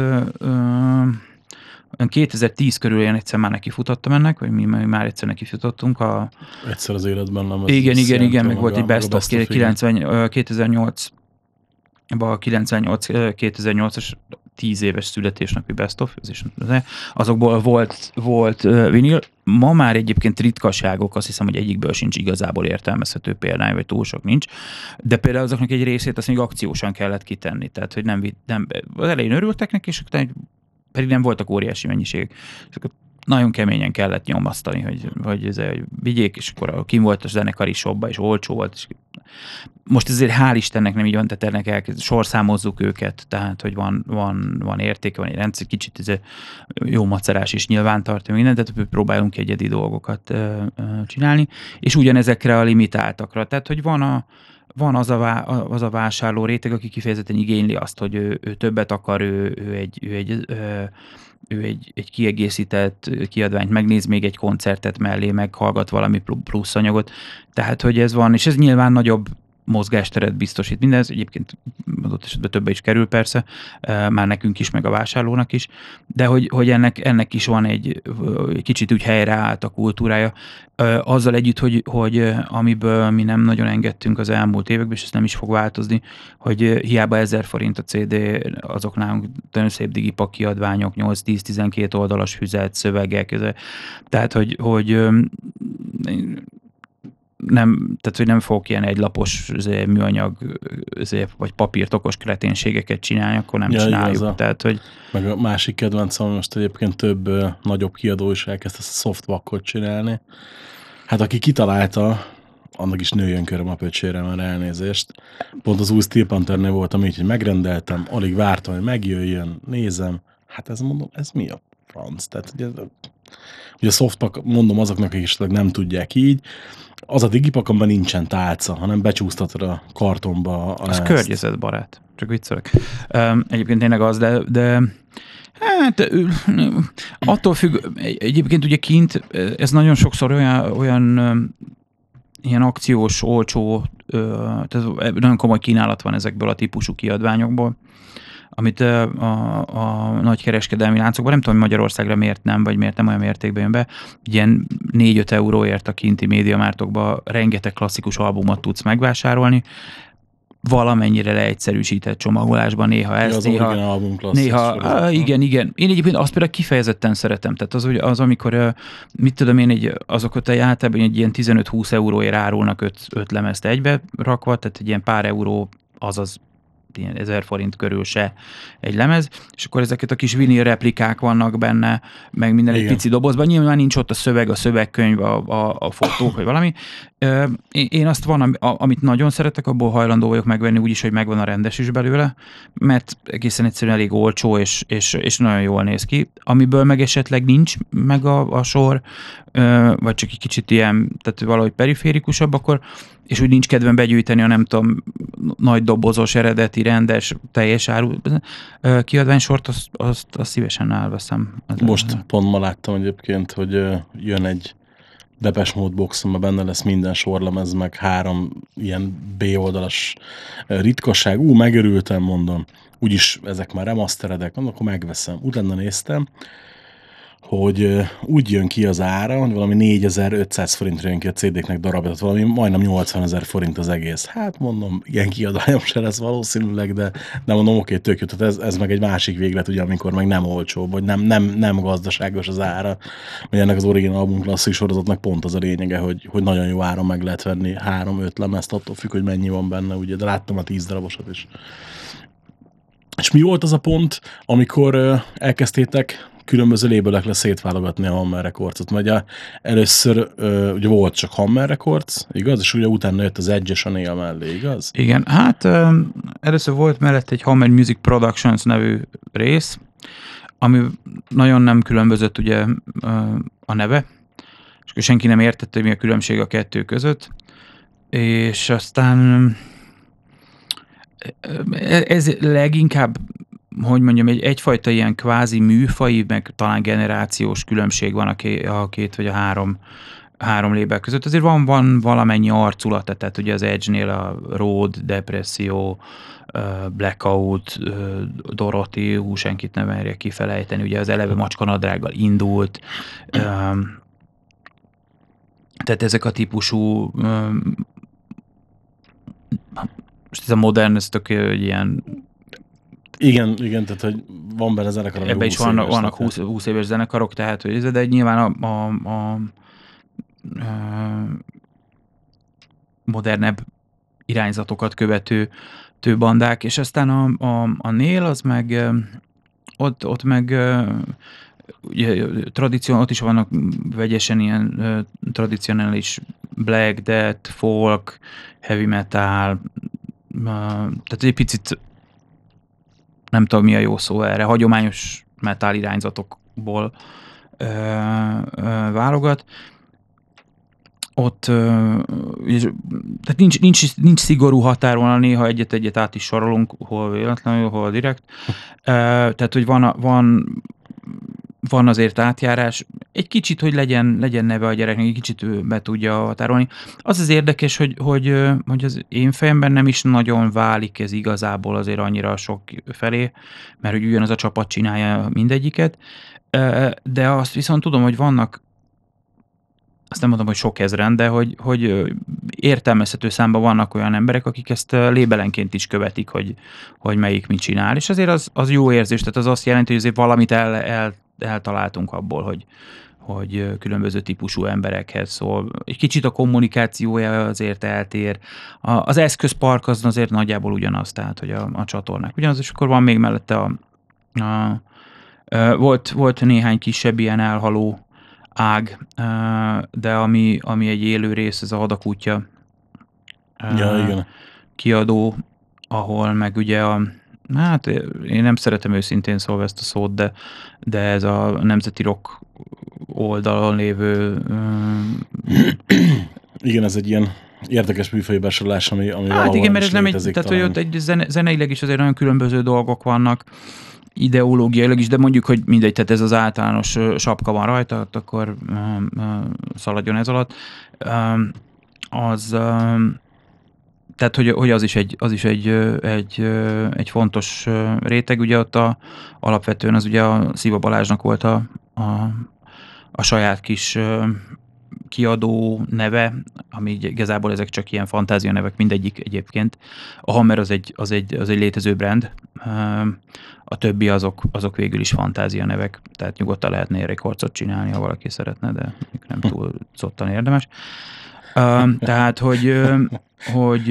2010 körül én egyszer már nekifutottam ennek, vagy mi már egyszer nekifutottunk. Egyszer az életben nem. Igen, meg volt egy Best of 2008 a 98-as 10 éves születésnapi Best of, azokból volt vinil. Ma már egyébként ritkaságok, azt hiszem, hogy egyikből sincs igazából értelmezhető példány, vagy túl sok nincs, de például azoknak egy részét azt még akciósan kellett kitenni, tehát hogy nem az elején örültek neki, és pedig nem voltak óriási mennyiségek. És akkor nagyon keményen kellett nyomasztani, hogy vigyék, és akkor kim volt a zenekari shopba, és olcsó volt. És most ezért hál' Istennek nem így van, tehát ennek sorszámozzuk őket, tehát hogy van értéke, van egy rendszer, kicsit jó macerás is nyilván tartja minden, tehát próbálunk egyedi dolgokat csinálni, és ugyanezekre a limitáltakra. Tehát, hogy van az a vásárló réteg, aki kifejezetten igényli azt, hogy ő többet akar, ő egy kiegészített kiadványt megnéz, még egy koncertet mellé, meghallgat valami plusz anyagot. Tehát, hogy ez van, és ez nyilván nagyobb mozgásteret biztosít. Mindez egyébként adott esetben többe is kerül persze, már nekünk is, meg a vásárlónak is, de hogy ennek is van egy kicsit úgy helyreállt a kultúrája. Azzal együtt, hogy amiből mi nem nagyon engedtünk az elmúlt években, és ez nem is fog változni, hogy hiába 1000 forint a CD, azok nálunk nagyon szép digipak kiadványok, 8-10-12 oldalas füzet, szövegek, tehát, hogy nem fogok ilyen egylapos műanyag vagy papírt okos kreténségeket csinálni, akkor nem csináljuk. Tehát, hogy... Meg a másik kedvencem, most egyébként több nagyobb kiadó is elkezdte ezt a softwackot csinálni. Hát aki kitalálta, annak is nőjön köröm a pöcsére, már elnézést. Pont az új Steel Panthernél voltam így, hogy megrendeltem, alig vártam, hogy megjöjjön, nézem. Hát ez mi a franc? Tehát ugye a softpack, mondom azoknak, akik esetleg nem tudják így, az a digipakomban nincsen tálca, hanem becsúsztatod a kartonba a lemezt. Az környezetbarát. Csak viccelek. Egyébként tényleg az, de hát attól függ, egyébként ugye kint ez nagyon sokszor olyan ilyen akciós, olcsó, tehát nagyon komoly kínálat van ezekből a típusú kiadványokból, amit a nagy kereskedelmi láncokban, nem tudom, hogy Magyarországra miért nem, vagy miért nem olyan mértékben jön be, ilyen 4-5 euróért a kinti médiamártokban rengeteg klasszikus albumot tudsz megvásárolni, valamennyire leegyszerűsített csomagolásban, néha ez, néha igen. Én egyébként azt például kifejezetten szeretem, tehát az amikor, mit tudom én, azokat általában egy ilyen 15-20 euróért árulnak 5 lemezt egybe rakva, tehát egy ilyen pár euró, azaz ilyen 1000 forint körül se egy lemez, és akkor ezeket a kis vinil replikák vannak benne, meg minden egy pici dobozban. Nyilván nincs ott a szöveg, a szövegkönyv, a fotók, vagy valami. Én azt van, amit nagyon szeretek, abból hajlandó vagyok megvenni úgyis, hogy megvan a rendes is belőle, mert egészen egyszerűen elég olcsó, és nagyon jól néz ki. Amiből meg esetleg nincs meg a sor, vagy csak egy kicsit ilyen, tehát valahogy periférikusabb, akkor és úgy nincs kedvem begyűjteni a nem tudom, nagy dobozos, eredeti, rendes, teljes áru kiadványsort, azt szívesen elveszem. Most pont ma láttam egyébként, hogy jön egy Depeche Mode box, amiben benne lesz minden sorlemez, meg 3 ilyen B-oldalas ritkaság. Megörültem, mondom. Úgyis ezek már remasteredek, akkor megveszem. Utána néztem, hogy úgy jön ki az ára, hogy valami 4500 forintra jön ki a CD-knek darabja, tehát valami majdnem 80 000 forint az egész. Hát mondom, ilyen kiadványom se lesz valószínűleg, de mondom, oké, tök jó, tehát ez meg egy másik véglet, ugye, amikor meg nem olcsó, vagy nem gazdaságos az ára, hogy ennek az Original Album Classic sorozatnak pont az a lényege, hogy nagyon jó áron meg lehet venni 3-5 lemezt, attól függ, hogy mennyi van benne, ugye, de láttam a 10 darabosat is. És mi volt az a pont, amikor elkezdtétek különböző labelekre szétválogatni a Hammer Records-ot, mert először ugye volt csak Hammer Records, igaz? És ugye utána jött az Edge és a Nail mellé, igaz? Igen, hát először volt mellett egy Hammer Music Productions nevű rész, ami nagyon nem különbözött ugye a neve, és akkor senki nem értette, hogy mi a különbség a kettő között, és aztán ez leginkább, hogy mondjam, egyfajta ilyen kvázi műfai, meg talán generációs különbség van a két vagy a három label között. Azért van valamennyi arculata, tehát ugye az Edge-nél a Road, Depresszió, Blackout, Dorothy, senkit nem merje kifelejteni, ugye az eleve macskanadrággal indult, tehát ezek a típusú most ez a modern, ez tök ilyen... Igen, tehát hogy van benne zenekarok. Ebben is vannak 20 éves zenekarok, tehát hogy ez, de nyilván a modernebb irányzatokat követő bandák, és aztán a Nail az meg ott meg ugye, ott is vannak vegyesen ilyen tradicionális black, death, folk, heavy metal, tehát egy picit nem tudom mi a jó szó erre, hagyományos metal irányzatokból válogat. ott tehát nincs szigorú határvonal, néha egyet át is sorolunk, hol véletlenül, hol direkt. Tehát, hogy van azért átjárás. Egy kicsit, hogy legyen neve a gyereknek, egy kicsit be tudja határolni. Az érdekes, hogy az én fejemben nem is nagyon válik ez igazából azért annyira sok felé, mert hogy ugyanaz a csapat csinálja mindegyiket. De azt viszont tudom, hogy vannak, azt nem mondom, hogy sok ezren, de hogy értelmezhető számban vannak olyan emberek, akik ezt lébelenként is követik, hogy melyik mit csinál. És azért az jó érzés, tehát az azt jelenti, hogy azért valamit eltaláltunk abból, hogy különböző típusú emberekhez szól. Egy kicsit a kommunikációja azért eltér. Az eszközpark az azért nagyjából ugyanaz, tehát hogy a csatornák ugyanaz, és akkor van még mellette volt néhány kisebb ilyen elhaló ág, de ami egy élő rész, ez a Hadakútja igen. kiadó, ahol meg ugye hát én nem szeretem őszintén szólva ezt a szót, de ez a Nemzeti Rock oldalon lévő... Igen, ez egy ilyen érdekes műfaji besorolás, ami hát igen, mert ez nem egy, tehát hogy ott egy zeneileg is azért nagyon különböző dolgok vannak, ideológiailag is, de mondjuk, hogy mindegy, tehát ez az általános sapka van rajta, akkor szaladjon ez alatt. Tehát, hogy az is egy fontos réteg, ugye ott alapvetően az ugye a Sziva Balázsnak volt a saját kis kiadó neve, ami igazából ezek csak ilyen fantázia nevek, mindegyik egyébként. A Hammer az egy létező brand, a többi azok végül is fantázia nevek, tehát nyugodtan lehetne rekordot csinálni, ha valaki szeretne, de nem túl szottan érdemes. Tehát, hogy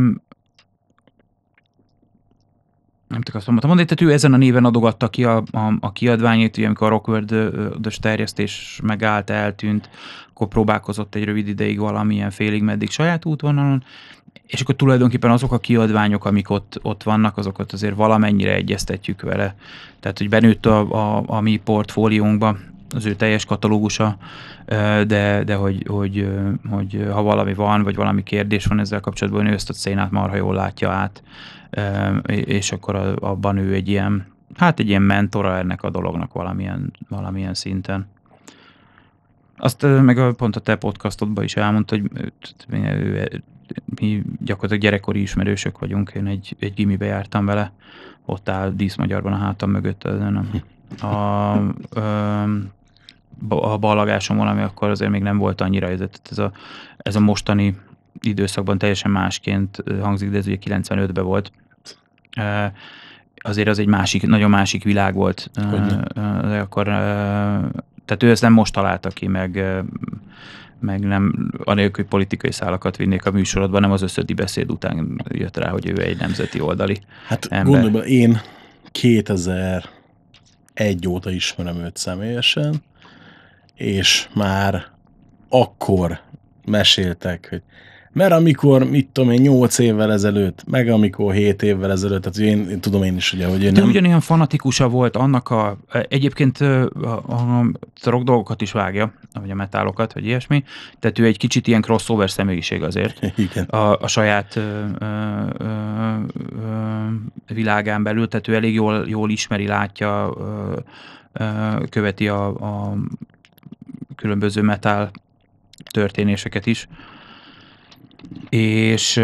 nem tudok azt mondani, tehát ő ezen a néven adogatta ki a kiadványét, ugye, amikor a Rockworld-ös terjesztés megállt, eltűnt, akkor próbálkozott egy rövid ideig valamilyen félig meddig saját útvonalon, és akkor tulajdonképpen azok a kiadványok, amik ott vannak, azokat azért valamennyire egyeztetjük vele. Tehát, hogy benőtt a mi portfóliónkba az ő teljes katalógusa, de hogy ha valami van, vagy valami kérdés van ezzel kapcsolatban, ő ezt a szénát marha jól látja át, és akkor abban ő egy ilyen mentora ennek a dolognak valamilyen szinten. Azt meg pont a te podcastodban is elmondta, hogy mi gyakorlatilag gyerekkori ismerősök vagyunk, én egy gimibe jártam vele, ott áll díszmagyarban a hátam mögött, a ballagásomon, ami akkor azért még nem volt annyira, ez a mostani időszakban teljesen másként hangzik, de ez ugye 95-ben volt. Azért az egy nagyon másik világ volt. Akkor, tehát ő ezt nem most találta ki, meg nem anélkül, hogy politikai szálakat vinnék a műsorodban, nem az összödi beszéd után jött rá, hogy ő egy nemzeti oldali ember. Gondolj bele, én 2001 óta ismerem őt személyesen, és már akkor meséltek, hogy mert amikor, mit tudom én, 8 évvel ezelőtt, meg amikor 7 évvel ezelőtt, tehát én tudom én is, ugye, hogy én de nem... ugyanilyen fanatikusa volt annak egyébként a rock dolgokat is vágja, vagy a metálokat, vagy ilyesmi, tehát ő egy kicsit ilyen crossover személyiség azért. Igen. A saját világán belül, tehát ő elég jól ismeri, látja, követi a különböző metal történéseket is. És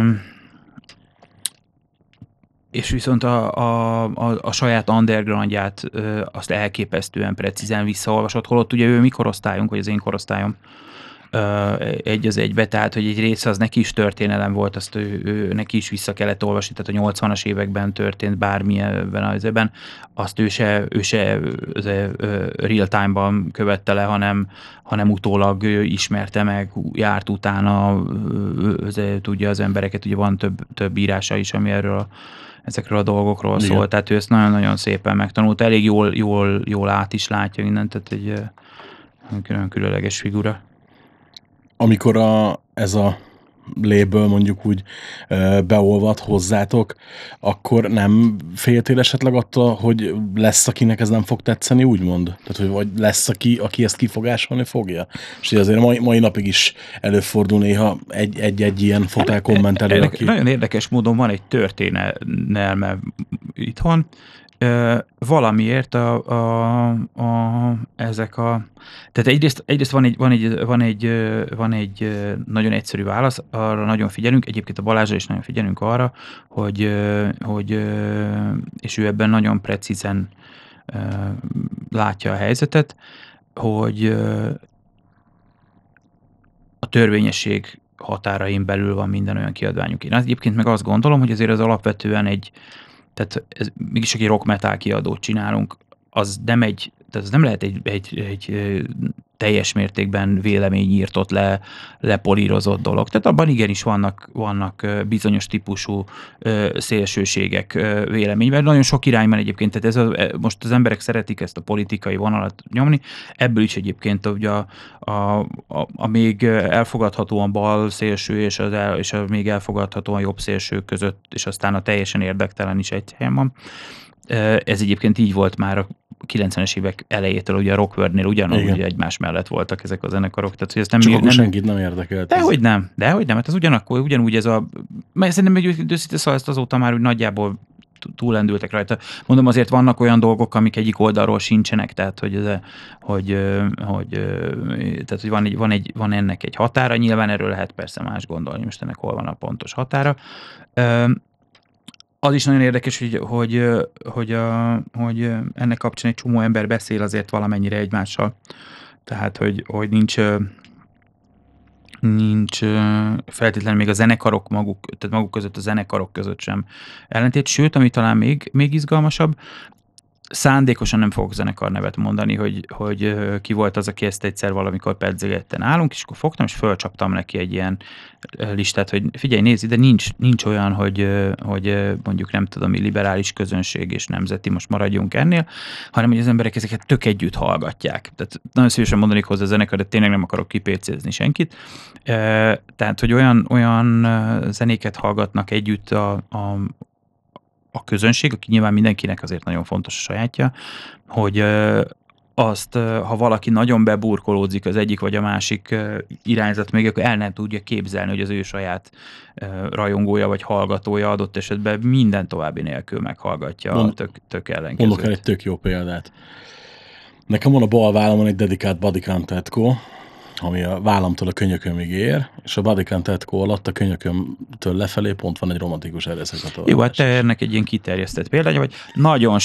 viszont a saját undergroundját azt elképesztően precízen visszaolvasott, holott ugye ő mi korosztályunk, vagy az én korosztályom egy az egybe, tehát hogy egy része az neki is történelem volt, azt ő neki is vissza kellett olvasni, tehát a 80-as években történt bármilyenben az ebben, azt ő se real time-ban követte le, hanem utólag ismerte meg, járt utána, tudja az embereket, ugye van több írása is, ami ezekről a dolgokról szól, tehát ő ezt nagyon-nagyon szépen megtanult, elég jól át is látja mindent, tehát egy különleges figura. Amikor ez a léből mondjuk úgy beolvad hozzátok, akkor nem féltél esetleg attól, hogy lesz, akinek ez nem fog tetszeni, úgymond? Tehát, hogy vagy lesz, aki ezt kifogásolni fogja? És azért mai napig is előfordul néha egy ilyen fotel kommentelő, aki... Nagyon érdekes módon van egy történelme itthon. Valamiért ezek a... Tehát egyrészt van egy nagyon egyszerű válasz, arra nagyon figyelünk, egyébként a Balázsra is nagyon figyelünk arra, hogy és ő ebben nagyon precízen látja a helyzetet, hogy a törvényesség határain belül van minden olyan kiadványunk. Én egyébként meg azt gondolom, hogy azért az alapvetően tehát mégis egy rock metal kiadót csinálunk, az nem lehet egy teljes mértékben véleményírtott, lepolírozott dolog. Tehát abban igenis vannak bizonyos típusú szélsőségek véleményben. Nagyon sok irányban egyébként, tehát most az emberek szeretik ezt a politikai vonalat nyomni, ebből is egyébként ugye a még elfogadhatóan bal szélső és a még elfogadhatóan jobb szélső között, és aztán a teljesen érdektelen is egy helyen van. Ez egyébként így volt már a 90-es évek elejétől, ugye a Rockworldnél ugyanúgy ugye egymás mellett voltak ezek a zenekarok. Tehát, hogy ezt nem, csak akkor senkit nem érdekelt. Dehogy nem, hát ez ugyanúgy ez mert szerintem egy őszinte szóval ezt azóta már úgy nagyjából túlendültek rajta. Mondom, azért vannak olyan dolgok, amik egyik oldalról sincsenek, tehát hogy van ennek egy határa, nyilván erről lehet persze más gondolni, most ennek hol van a pontos határa. Az is nagyon érdekes, hogy ennek kapcsán egy csomó ember beszél azért valamennyire egymással. Tehát, hogy nincs feltétlenül még a zenekarok maguk között, a zenekarok között sem ellentét. Sőt, ami talán még izgalmasabb, szándékosan nem fogok zenekar nevet mondani, hogy ki volt az, aki ezt egyszer valamikor pedzegetten állunk, és akkor fogtam, és fölcsaptam neki egy ilyen listát, hogy figyelj, nézd ide, nincs olyan, hogy mondjuk nem tudom, liberális közönség és nemzeti, most maradjunk ennél, hanem hogy az emberek ezeket tök együtt hallgatják. Tehát nagyon szívesen mondanék hozzá a zenekar, de tényleg nem akarok kipécézni senkit. Tehát, hogy olyan zenéket hallgatnak együtt a közönség, aki nyilván mindenkinek azért nagyon fontos a sajátja, hogy azt, ha valaki nagyon beburkolódzik az egyik vagy a másik irányzat még, akkor el nem tudja képzelni, hogy az ő saját rajongója vagy hallgatója adott esetben minden további nélkül meghallgatja a tök ellenkezőt. Mondok el egy tök jó példát. Nekem van a bal vállamon egy dedikált Bodycount Tetco, ami a vállamtól a könyökömig ér, és a Bodycount Tetco alatt a könyökömtől lefelé pont van egy romantikus erőszakatolás. Jó, hát te ennek egy ilyen kiterjesztett példája, vagy nagyon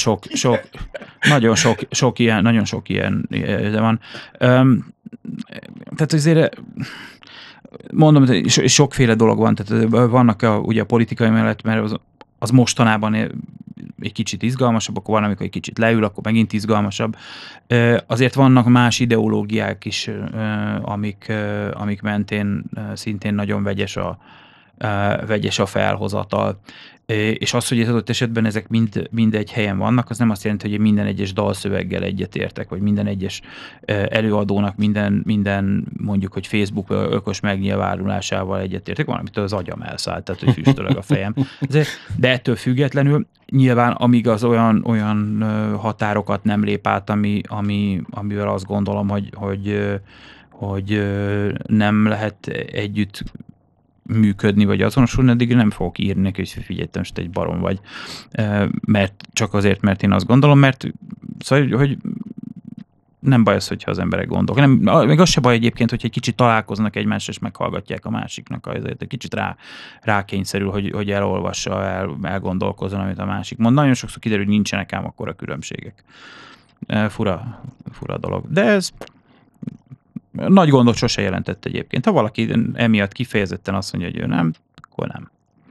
sok ilyen van. Tehát azért mondom, sokféle dolog van, tehát vannak ugye a politikai mellett, mert az mostanában egy kicsit izgalmasabb, akkor van, amikor egy kicsit leül, akkor megint izgalmasabb. Azért vannak más ideológiák is, amik mentén szintén nagyon vegyes a felhozatal. És az, hogy az adott esetben ezek mind egy helyen vannak, az nem azt jelenti, hogy minden egyes dalszöveggel egyetértek, vagy minden egyes előadónak minden mondjuk, hogy Facebook ökos megnyilvánulásával egyetértek, valamitől az agyam elszállt, tehát hogy füstölög a fejem. De ettől függetlenül nyilván, amíg az olyan határokat nem lép át, amivel azt gondolom, hogy nem lehet együtt működni, vagy azonosulni, addig nem fogok írni neki, hogy figyelj, most egy barom vagy. Mert csak azért, mert én azt gondolom, mert szóval, hogy nem baj az, hogyha az emberek gondolnak. Még az se baj egyébként, hogy egy kicsit találkoznak egymással, és meghallgatják a másiknak, azért egy kicsit rákényszerül, hogy elolvassa, elgondolkozzon, amit a másik mond. Nagyon sokszor kiderül, hogy nincsenek ám akkora különbségek. Fura dolog. De ez nagy gondot sose jelentett egyébként. Ha valaki emiatt kifejezetten azt mondja, hogy ő nem, akkor nem.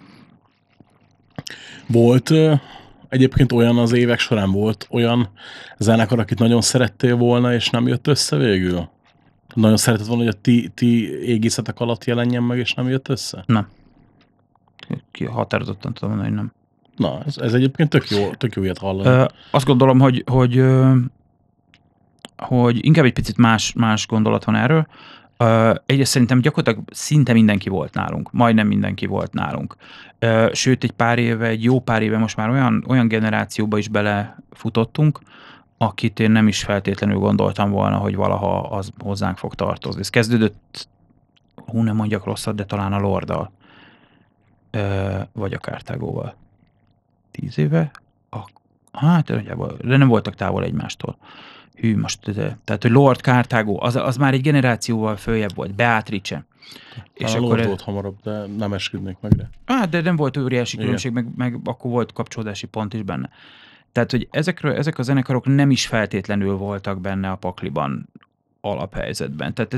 Volt egyébként olyan az évek során, volt olyan zenekar, akit nagyon szerettél volna, és nem jött össze végül? Nagyon szeretett volna, hogy a ti égészetek alatt jelenjen meg, és nem jött össze? Nem. Határozottan tudom mondani, hogy nem. Na, ez egyébként tök jó ilyet hallani. Azt gondolom, hogy inkább egy picit más gondolat van erről. Egyrészt szerintem gyakorlatilag szinte mindenki volt nálunk, majdnem mindenki volt nálunk. Sőt, egy jó pár éve most már olyan generációba is belefutottunk, akit én nem is feltétlenül gondoltam volna, hogy valaha az hozzánk fog tartozni. Ez kezdődött, nem mondjak rosszat, de talán a Lorddal, vagy a Carthago-val. 10 éve? De nem voltak távol egymástól. Tehát, hogy Lord, Carthago, az már egy generációval följebb volt, Beatrice. És a Lord volt hamarabb, de nem esküdnék meg rá. De nem volt óriási különbség, meg akkor volt kapcsolódási pont is benne. Tehát, hogy ezek a zenekarok nem is feltétlenül voltak benne a pakliban alaphelyzetben. Tehát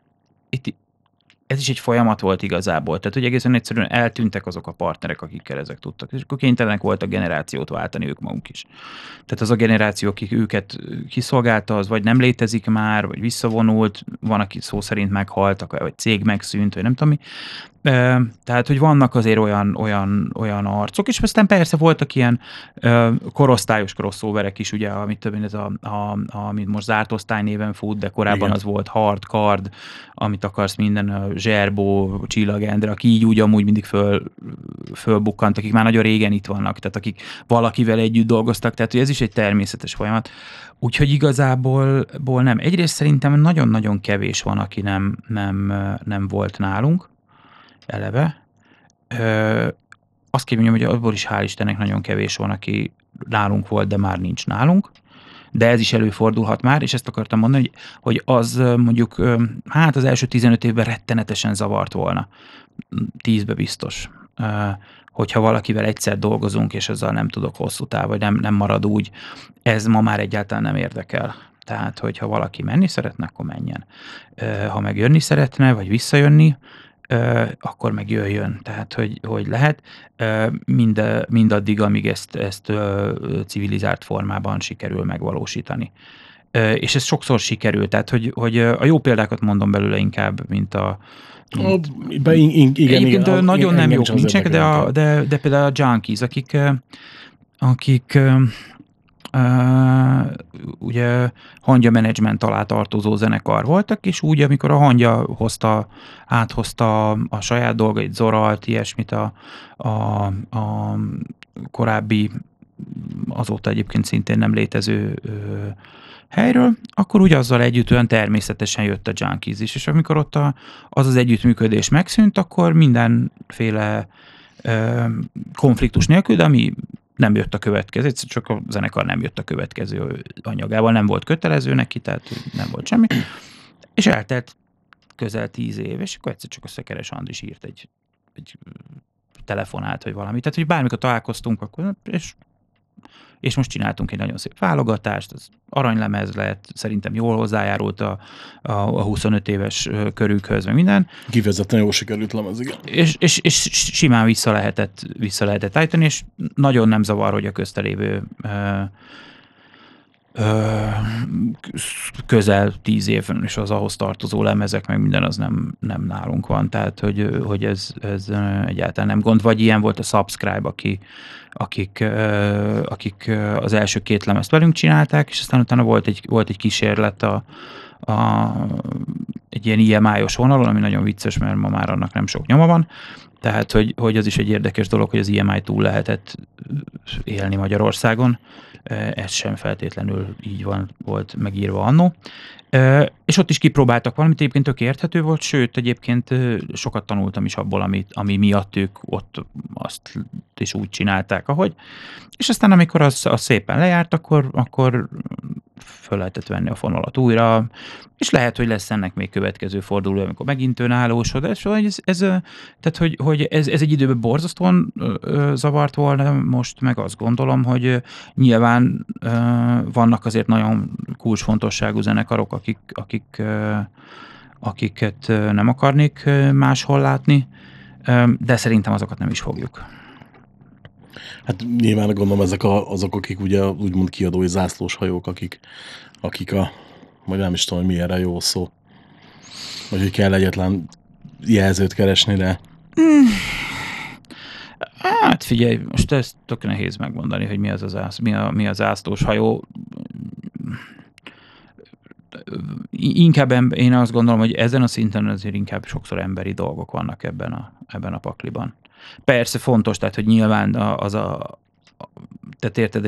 ez is egy folyamat volt igazából. Tehát, hogy egészen egyszerűen eltűntek azok a partnerek, akikkel ezek tudtak. És akkor kénytelenek voltak generációt váltani ők maguk is. Tehát az a generáció, akik őket kiszolgálta, az vagy nem létezik már, vagy visszavonult, van, aki szó szerint meghaltak, vagy cég megszűnt, vagy nem tudom mi. Tehát, hogy vannak azért olyan arcok, és aztán persze voltak ilyen korosztályos crossoverek is, ugye, amit több ez amit most zárt osztály néven fut, de korábban igen. Az volt hard, card, amit akarsz minden, Zserbó, Csillag Endre, aki így úgy amúgy mindig fölbukkant, akik már nagyon régen itt vannak, tehát akik valakivel együtt dolgoztak, tehát hogy ez is egy természetes folyamat. Úgyhogy igazából nem. Egyrészt szerintem nagyon-nagyon kevés van, aki nem volt nálunk eleve. Azt kell mondjam, hogy abból is hál' Istennek nagyon kevés van, aki nálunk volt, de már nincs nálunk. De ez is előfordulhat már, és ezt akartam mondani, hogy az mondjuk, az első 15 évben rettenetesen zavart volna. 10-be biztos. Hogyha valakivel egyszer dolgozunk, és azzal nem tudok hosszú táv, vagy nem marad úgy, ez ma már egyáltalán nem érdekel. Tehát, hogyha valaki menni szeretne, akkor menjen. Ha meg jönni szeretne, vagy visszajönni, akkor meg jöjjön. Tehát, hogy lehet, mindaddig, amíg ezt civilizált formában sikerül megvalósítani. És ez sokszor sikerül, tehát, hogy a jó példákat mondom belőle inkább, mint igen, nagyon nem jók nincsenek, de például a Junkies, akik ugye Hangya Management alá tartozó zenekar voltak, és úgy, amikor a Hangya áthozta a saját dolgait, Zoralt, ilyesmit a korábbi, azóta egyébként szintén nem létező helyről, akkor úgy azzal együtt olyan természetesen jött a Junkies is, és amikor ott az együttműködés megszűnt, akkor mindenféle konfliktus nélkül, de ami nem jött a következő, csak a zenekar nem jött a következő anyagával, nem volt kötelező neki, tehát nem volt semmi. És eltelt közel 10 év, és akkor egyszer csak a Szekeres Andris írt egy telefonát, vagy valami. Tehát, hogy bármikor találkoztunk, akkor, és most csináltunk egy nagyon szép válogatást, az aranylemez lett, szerintem jól hozzájárult a 25 éves körükhöz, meg minden. Kifejezetten jól sikerült lemez, igen. És simán vissza lehetett állítani, és nagyon nem zavar, hogy a közte lévő közel 10 év, és az ahhoz tartozó lemezek, meg minden az nem nálunk van, tehát hogy ez egyáltalán nem gond, vagy ilyen volt a Subscribe, akik az első 2 lemezt velünk csinálták, és aztán utána volt egy kísérlet egy ilyen IMI-os vonalon, ami nagyon vicces, mert ma már annak nem sok nyoma van, tehát hogy az is egy érdekes dolog, hogy az IMI túl lehetett élni Magyarországon. Ez sem feltétlenül így volt megírva annó. És ott is kipróbáltak valamit, egyébként tök érthető volt, sőt, egyébként sokat tanultam is abból, ami miatt ők ott azt is úgy csinálták, ahogy. És aztán, amikor az szépen lejárt, akkor föl lehetett venni a fonalat újra, és lehet, hogy lesz ennek még következő forduló, amikor megint önállósodás. Tehát, hogy ez egy időben borzasztóan zavart volna, most meg azt gondolom, hogy nyilván vannak azért nagyon kulcsfontosságú zenekarok, akiket nem akarnék máshol látni, de szerintem azokat nem is fogjuk. Hát nyilván gondolom ezek azok, akik ugye úgymond kiadói zászlós hajók, akik vagy nem is tudom, hogy mi erre jó szó. Vagy hogy kell egyetlen jelzőt keresni, de... Hát figyelj, most ezt tök nehéz megmondani, hogy mi az zászlós hajó. inkább én azt gondolom, hogy ezen a szinten azért inkább sokszor emberi dolgok vannak ebben a pakliban. Persze fontos, tehát hogy nyilván tehát érted,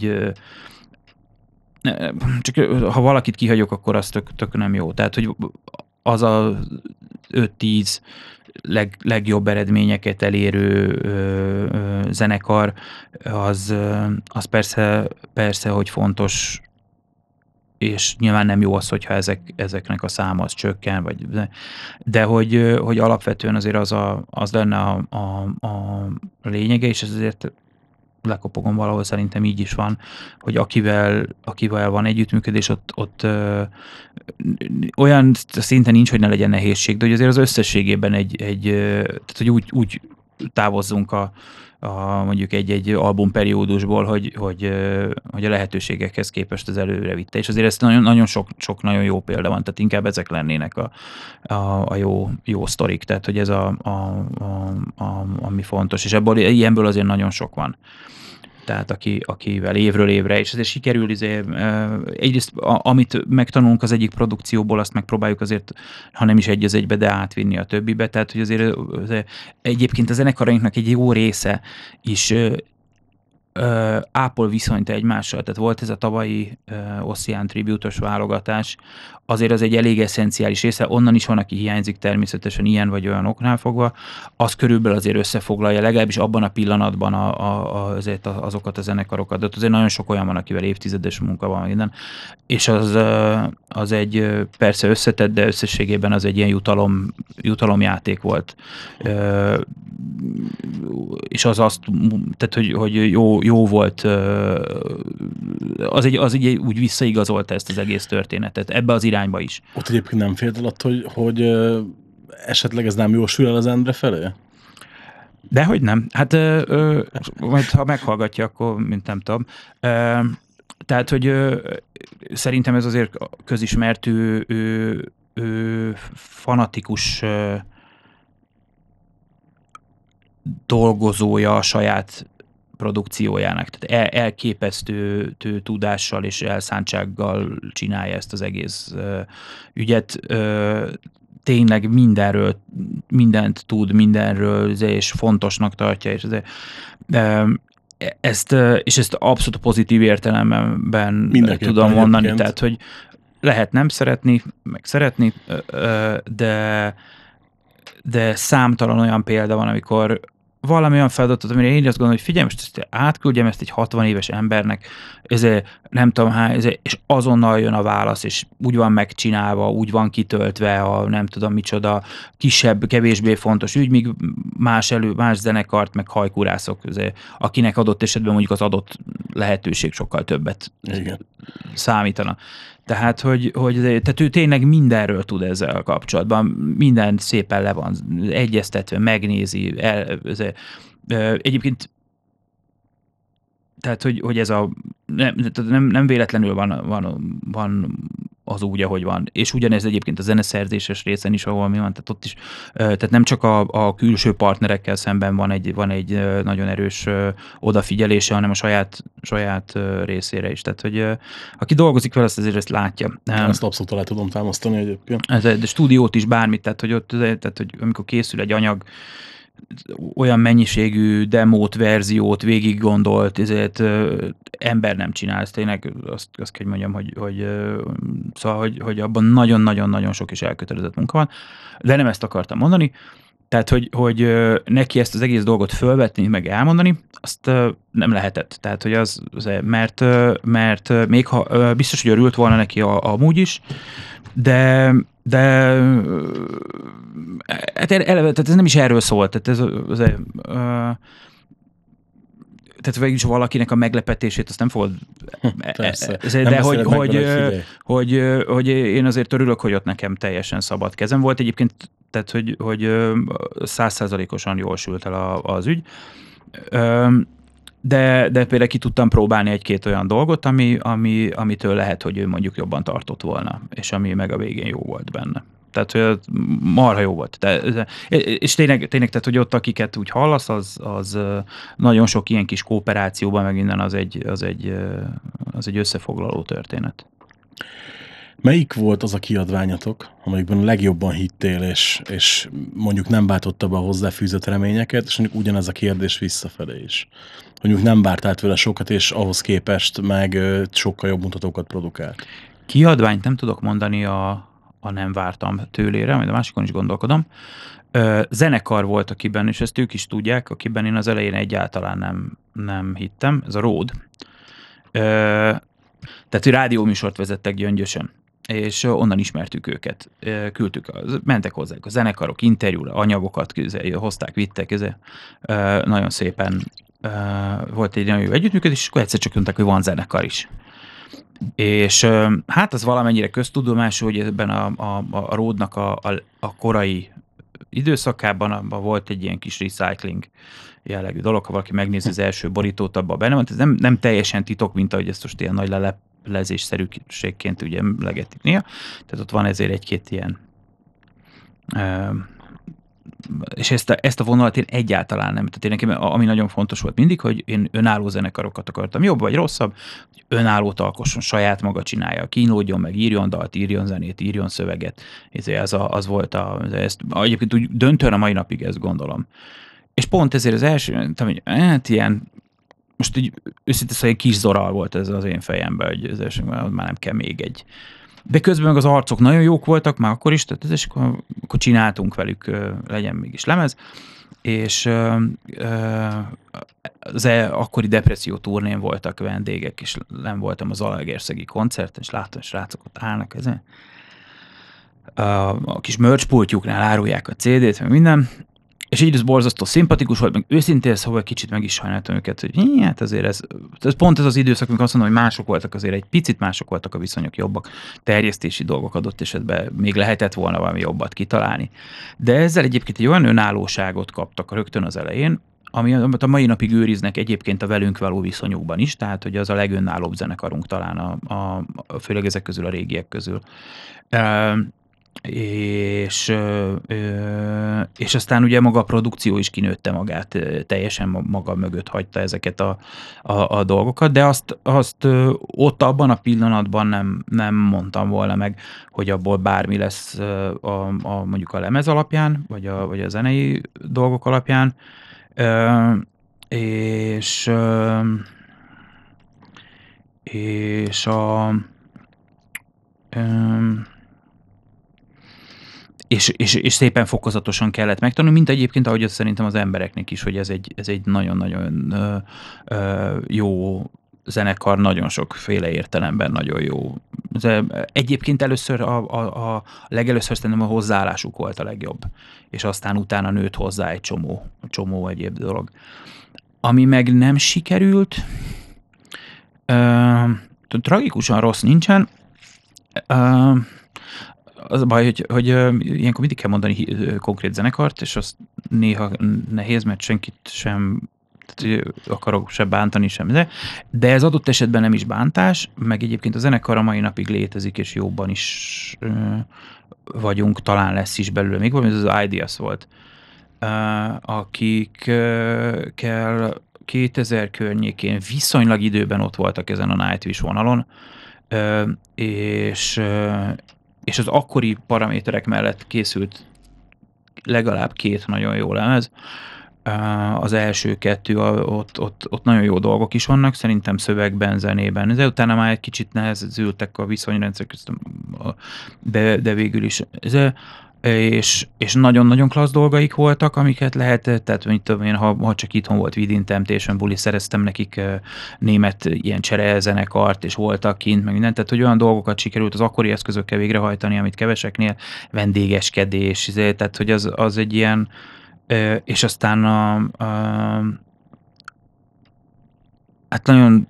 csak ha valakit kihagyok, akkor az tök nem jó. Tehát, hogy az a 5-10 legjobb eredményeket elérő zenekar, az persze, hogy fontos, és nyilván nem jó az, hogyha ezeknek a száma az csökken, de hogy alapvetően azért az lenne a lényege, és ez azért lekopogom valahol, szerintem így is van, hogy akivel van együttműködés, ott olyan szinten nincs, hogy ne legyen nehézség, de hogy azért az összességében tehát hogy úgy távozzunk mondjuk egy albumperiódusból, hogy a lehetőségekhez képest az előre vitte. És azért ez nagyon sok nagyon jó példa van, tehát inkább ezek lennének a jó sztorik, tehát hogy ez ami fontos, és ilyenből azért nagyon sok van. Tehát akivel évről évre, és ezért sikerül, egyrészt amit megtanulunk az egyik produkcióból, azt megpróbáljuk azért, ha nem is egy az egybe, de átvinni a többibe, tehát hogy azért egyébként a zenekarainknak egy jó része is ápol viszonyt egymással, tehát volt ez a tavalyi Ossian tribute-os válogatás, azért az egy elég eszenciális része, onnan is van, aki hiányzik természetesen ilyen vagy olyan oknál fogva, az körülbelül azért összefoglalja, legalábbis abban a pillanatban azért azokat a zenekarokat, de azért nagyon sok olyan van, akivel évtizedes munka van minden, és az egy persze összetett, de összességében az egy ilyen jutalomjáték volt. És tehát hogy jó volt, az így úgy visszaigazolta ezt az egész történetet, ebbe az irányba is. Ott egyébként nem félted attól, hogy esetleg ez nem jósul el az Endre felé? Dehogy nem. Hát majd ha meghallgatja, akkor mint nem tudom. Tehát, hogy szerintem ez azért közismert, ő fanatikus dolgozója a saját produkciójának. Tehát elképesztő tudással és elszántsággal csinálja ezt az egész ügyet. Tényleg mindent tud, mindenről, és fontosnak tartja, és ezt abszolút pozitív értelemben tudom mondani. Egyébként. Tehát, hogy lehet nem szeretni, meg szeretni, de számtalan olyan példa van, amikor valami olyan feladatot, amire én azt gondolom, hogy figyelj, most ezt átküldjem ezt egy 60 éves embernek, nem tudom és azonnal jön a válasz, és úgy van megcsinálva, úgy van kitöltve a nem tudom micsoda kisebb, kevésbé fontos ügy, míg más zenekart, meg hajkurászok, akinek adott esetben mondjuk az adott lehetőség sokkal többet számítana. Tehát, tehát ő tényleg mindenről tud ezzel kapcsolatban, minden szépen le van egyeztetve, megnézi, egyébként tehát, hogy ez nem véletlenül van az úgy, ahogy van. És ugyanez egyébként a zeneszerzéses részen is, ahol mi van, tehát ott is, tehát nem csak a külső partnerekkel szemben van egy nagyon erős odafigyelése, hanem a saját részére is. Tehát, hogy aki dolgozik vele, azt azért ezt látja. Ezt abszolút alá tudom támasztani egyébként. De stúdiót is bármit, tehát hogy amikor készül egy anyag, olyan mennyiségű demót, verziót végig gondolt, ezért ember nem csinál, ezt tényleg azt kell, hogy mondjam, hogy abban nagyon-nagyon-nagyon sok és elkötelezett munka van, de nem ezt akartam mondani, tehát, hogy neki ezt az egész dolgot fölvetni, meg elmondani, azt nem lehetett. Tehát, hogy mert még ha biztos, hogy örült volna neki amúgy is, de hát eleve, tehát ez nem is erről szólt, tehát tehát végülis valakinek a meglepetését azt nem fogod... De hogy én azért örülök, hogy ott nekem teljesen szabad kezem volt. Egyébként, tehát hogy 100%-osan jól sült el az ügy. De például ki tudtam próbálni egy-két olyan dolgot, amitől lehet, hogy ő mondjuk jobban tartott volna, és ami meg a végén jó volt benne. Tehát, hogy marha jó volt. És tényleg, tehát, hogy ott akiket úgy hallasz, az nagyon sok ilyen kis kooperációban, meg innen az egy összefoglaló történet. Melyik volt az a kiadványatok, amelyikben a legjobban hittél, és mondjuk nem váltotta be a hozzáfűzött reményeket, és mondjuk ugyanez a kérdés visszafelé is. Mondjuk nem vártál tőle sokat, és ahhoz képest meg sokkal jobb mutatókat produkált. Kiadványt nem tudok mondani a nem vártam tőlére, majd a másikon is gondolkodom. Zenekar volt, akiben, és ezt ők is tudják, akiben én az elején egyáltalán nem hittem, ez a Ród. Tehát, hogy rádióműsort vezettek Gyöngyösön, és onnan ismertük őket. Küldtük, mentek hozzák a zenekarok, interjúra, anyagokat hozták, vittek, nagyon szépen volt egy nagyon jó együttműködés, és akkor egyszer csak mondták, hogy van zenekar is. És hát az valamennyire köztudomású, hogy ebben a Ródnak a korai időszakában abban volt egy ilyen kis recycling jellegű dolog, ha valaki megnézi az első borítót, abban benne van. Ez nem teljesen titok, mint ahogy ezt most ilyen nagy leleplezésszerűségként ugye emlegetik néha. Tehát ott van ezért egy-két ilyen és ezt a vonalat én egyáltalán nem. Tehát én nekem, ami nagyon fontos volt mindig, hogy én önálló zenekarokat akartam. Jobb vagy rosszabb, hogy önállót alkosson, saját maga csinálja, kínlódjon meg, írjon dalt, írjon zenét, írjon szöveget. Az volt ezt egyébként úgy döntően a mai napig ezt gondolom. És pont ezért az első, hát ilyen, most így őszintén szóval egy kis zoral volt ez az én fejemben, hogy az első, már nem kell még egy. De közben meg az arcok nagyon jók voltak, már akkor is, tehát és akkor csináltunk velük, legyen mégis lemez, és az akkori depresszió turnén voltak vendégek, és nem voltam az Zalaegerszegi koncerten, és láttam, hogy srácok ott állnak ezen. A kis merchpultjuknál árulják a CD-t, meg minden, és így ez borzasztó szimpatikus volt, meg őszintén, szóval kicsit meg is sajnáltam őket, hogy hát azért ez pont ez az időszak, amikor azt mondom, hogy mások voltak azért, egy picit mások voltak a viszonyok, jobbak, terjesztési dolgok adott esetben még lehetett volna valami jobbat kitalálni. De ezzel egyébként egy olyan önállóságot kaptak rögtön az elején, amit a mai napig őriznek egyébként a velünk való viszonyukban is, tehát hogy az a legönállóbb zenekarunk talán főleg ezek közül a régiek közül. És aztán ugye maga a produkció is kinőtte magát, teljesen maga mögött hagyta ezeket a dolgokat, de azt ott abban a pillanatban nem mondtam volna meg, hogy abból bármi lesz mondjuk a lemez alapján, vagy a zenei dolgok alapján, és szépen fokozatosan kellett megtanulni, mint egyébként, ahogy azt szerintem az embereknek is, hogy ez egy nagyon-nagyon jó zenekar, nagyon sokféle értelemben nagyon jó. Egyébként először legelőször szerintem a hozzáállásuk volt a legjobb, és aztán utána nőtt hozzá egy csomó egyéb dolog. Ami meg nem sikerült, tragikusan rossz nincsen, az a baj, hogy ilyenkor mindig kell mondani konkrét zenekart, és az néha nehéz, mert senkit sem akarok se bántani, sem, de ez adott esetben nem is bántás, meg egyébként a zenekar a mai napig létezik, és jóban is vagyunk, talán lesz is belőle. Még valami, ez az Ideas volt, akikkel 2000 környékén viszonylag időben ott voltak ezen a Nightwish vonalon, és az akkori paraméterek mellett készült legalább 2 nagyon jó lemez. Az első 2, ott nagyon jó dolgok is vannak, szerintem szövegben, zenében. De utána már egy kicsit nehezültek a viszonyrendszer köztem, de végül is. És nagyon-nagyon klassz dolgaik voltak, amiket lehetett, tehát mint tudom én, ha csak itthon volt Within Temptation buli, szereztem nekik német ilyen cserezenekart, és voltak kint, meg mindent, tehát hogy olyan dolgokat sikerült az akkori eszközökkel végrehajtani, amit keveseknél, vendégeskedés, tehát hogy az egy ilyen, és aztán hát nagyon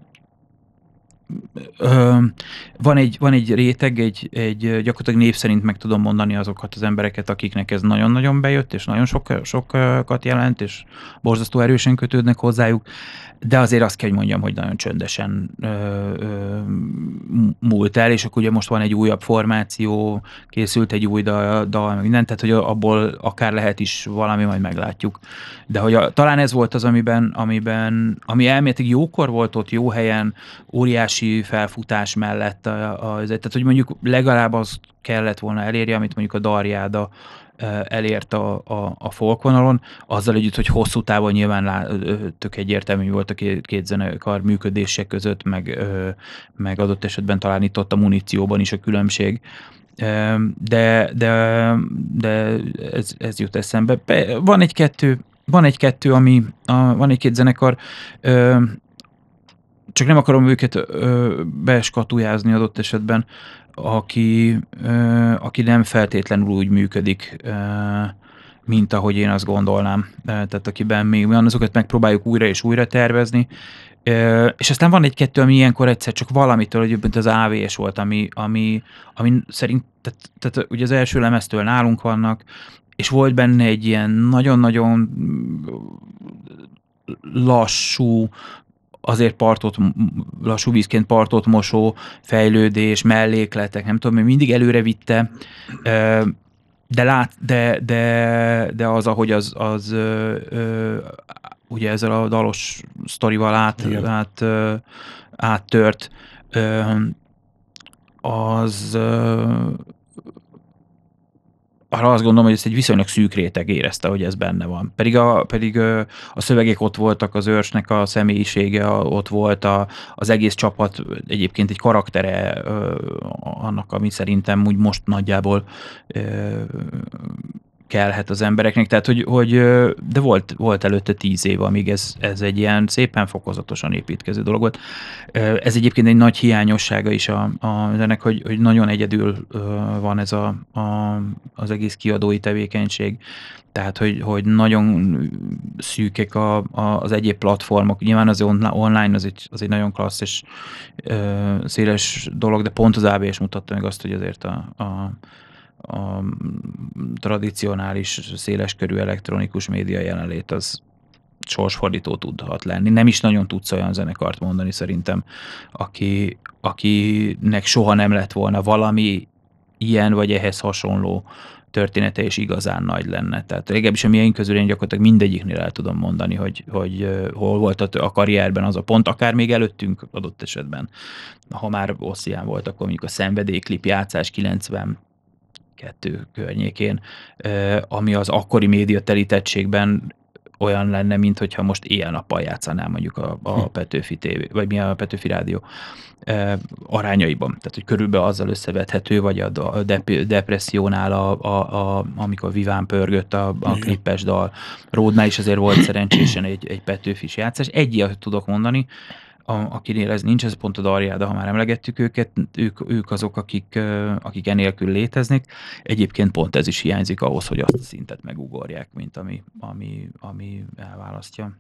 van egy réteg, egy gyakorlatilag név szerint meg tudom mondani azokat az embereket, akiknek ez nagyon-nagyon bejött, és nagyon sokat jelent, és borzasztó erősen kötődnek hozzájuk, de azért azt kell, hogy mondjam, hogy nagyon csöndesen múlt el, és akkor ugye most van egy újabb formáció, készült egy új dal, meg minden, tehát hogy abból akár lehet is valami, majd meglátjuk. De hogy talán ez volt az, ami elméletileg jókor volt ott, jó helyen, óriási óriási felfutás mellett, tehát hogy mondjuk legalább az kellett volna elérje, amit mondjuk a Darjáda elért a folkvonalon, azzal együtt, hogy hosszú távon nyilván tök egyértelmű volt a két zenekar működése között, meg adott esetben talán itt ott a munícióban is a különbség. De ez jut eszembe. Van egy-kettő, van egy-két zenekar, csak nem akarom őket beskatujázni adott esetben, aki nem feltétlenül úgy működik, mint ahogy én azt gondolnám. Tehát akiben még van, azokat megpróbáljuk újra és újra tervezni. És aztán van egy-kettő, ami ilyenkor egyszer csak valamitől, hogy mint az AVS volt, ami szerint, tehát ugye az első lemeztől nálunk vannak, és volt benne egy ilyen nagyon-nagyon lassú, azért lassú vízként partot mosó fejlődés, mellékletek, nem tudom, mindig előre vitte, de az, ahogy az ugye ezzel a dalos sztorival áttört, arra azt gondolom, hogy ezt egy viszonylag szűk réteg érezte, hogy ez benne van. Pedig a szövegek ott voltak, az őrsnek a személyisége ott volt, az egész csapat egyébként egy karaktere annak, ami szerintem úgy most nagyjából kellhet az embereknek. Tehát, de volt előtte 10 év, amíg ez egy ilyen szépen fokozatosan építkező dolog volt. Ez egyébként egy nagy hiányossága is ennek, hogy nagyon egyedül van ez az egész kiadói tevékenység. Tehát, hogy nagyon szűkek az egyéb platformok. Nyilván az online az egy nagyon klassz és széles dolog, de pont az ABS mutatta meg azt, hogy azért a tradicionális, széleskörű elektronikus média jelenlét az sorsfordító tudhat lenni. Nem is nagyon tudsz olyan zenekart mondani szerintem, akinek soha nem lett volna valami ilyen vagy ehhez hasonló története és igazán nagy lenne. Tehát legalábbis a miénk közül én gyakorlatilag mindegyiknél el tudom mondani, hogy hol volt a karrierben az a pont, akár még előttünk adott esetben. Ha már Ossian volt, akkor mondjuk a Szenvedélyklip játszás 92 környékén, ami az akkori média telítettségben olyan lenne, mint hogyha most éjjel-nappal játszanál mondjuk a Petőfi TV, vagy mi a Petőfi Rádió arányaiban. Tehát, hogy körülbelül azzal összevethető, vagy a Depressziónál, amikor Viván pörgött a klippes dal. Ródnál is azért volt szerencsésen egy Petőfis játszás. Egy ilyet tudok mondani, akinél ez nincs, ez pont a Darjáda, ha már emlegettük őket, ők azok, akik enélkül léteznek. Egyébként pont ez is hiányzik ahhoz, hogy azt a szintet megugorják, mint ami elválasztja.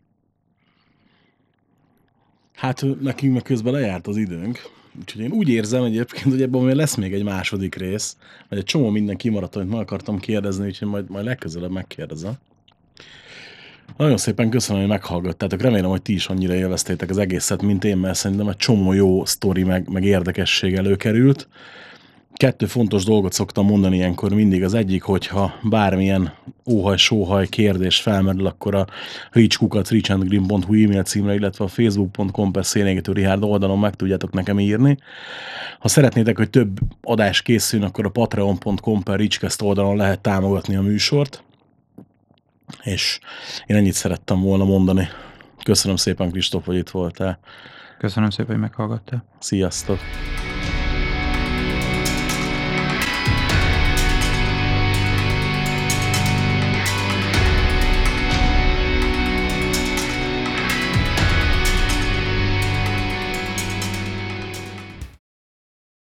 Hát nekünk meg közben lejárt az időnk, úgyhogy én úgy érzem egyébként, hogy ebben lesz még egy második rész, mert egy csomó minden kimaradt, amit meg akartam kérdezni, úgyhogy majd legközelebb megkérdezem. Nagyon szépen köszönöm, hogy meghallgattátok. Remélem, hogy ti is annyira élveztétek az egészet, mint én, mert szerintem egy csomó jó sztori, meg érdekesség előkerült. 2 fontos dolgot szoktam mondani ilyenkor mindig. Az egyik, hogyha bármilyen óhaj-sóhaj kérdés felmerül, akkor a reachkukac.reachandgreen.hu e-mail címre, illetve a facebook.com/Szénégető-Richárd oldalon meg tudjátok nekem írni. Ha szeretnétek, hogy több adás készüljön, akkor a patreon.com/Reachcast oldalon lehet támogatni a műsort. És én ennyit szerettem volna mondani. Köszönöm szépen, Kristóf, hogy itt voltál. Köszönöm szépen, hogy meghallgattál. Sziasztok!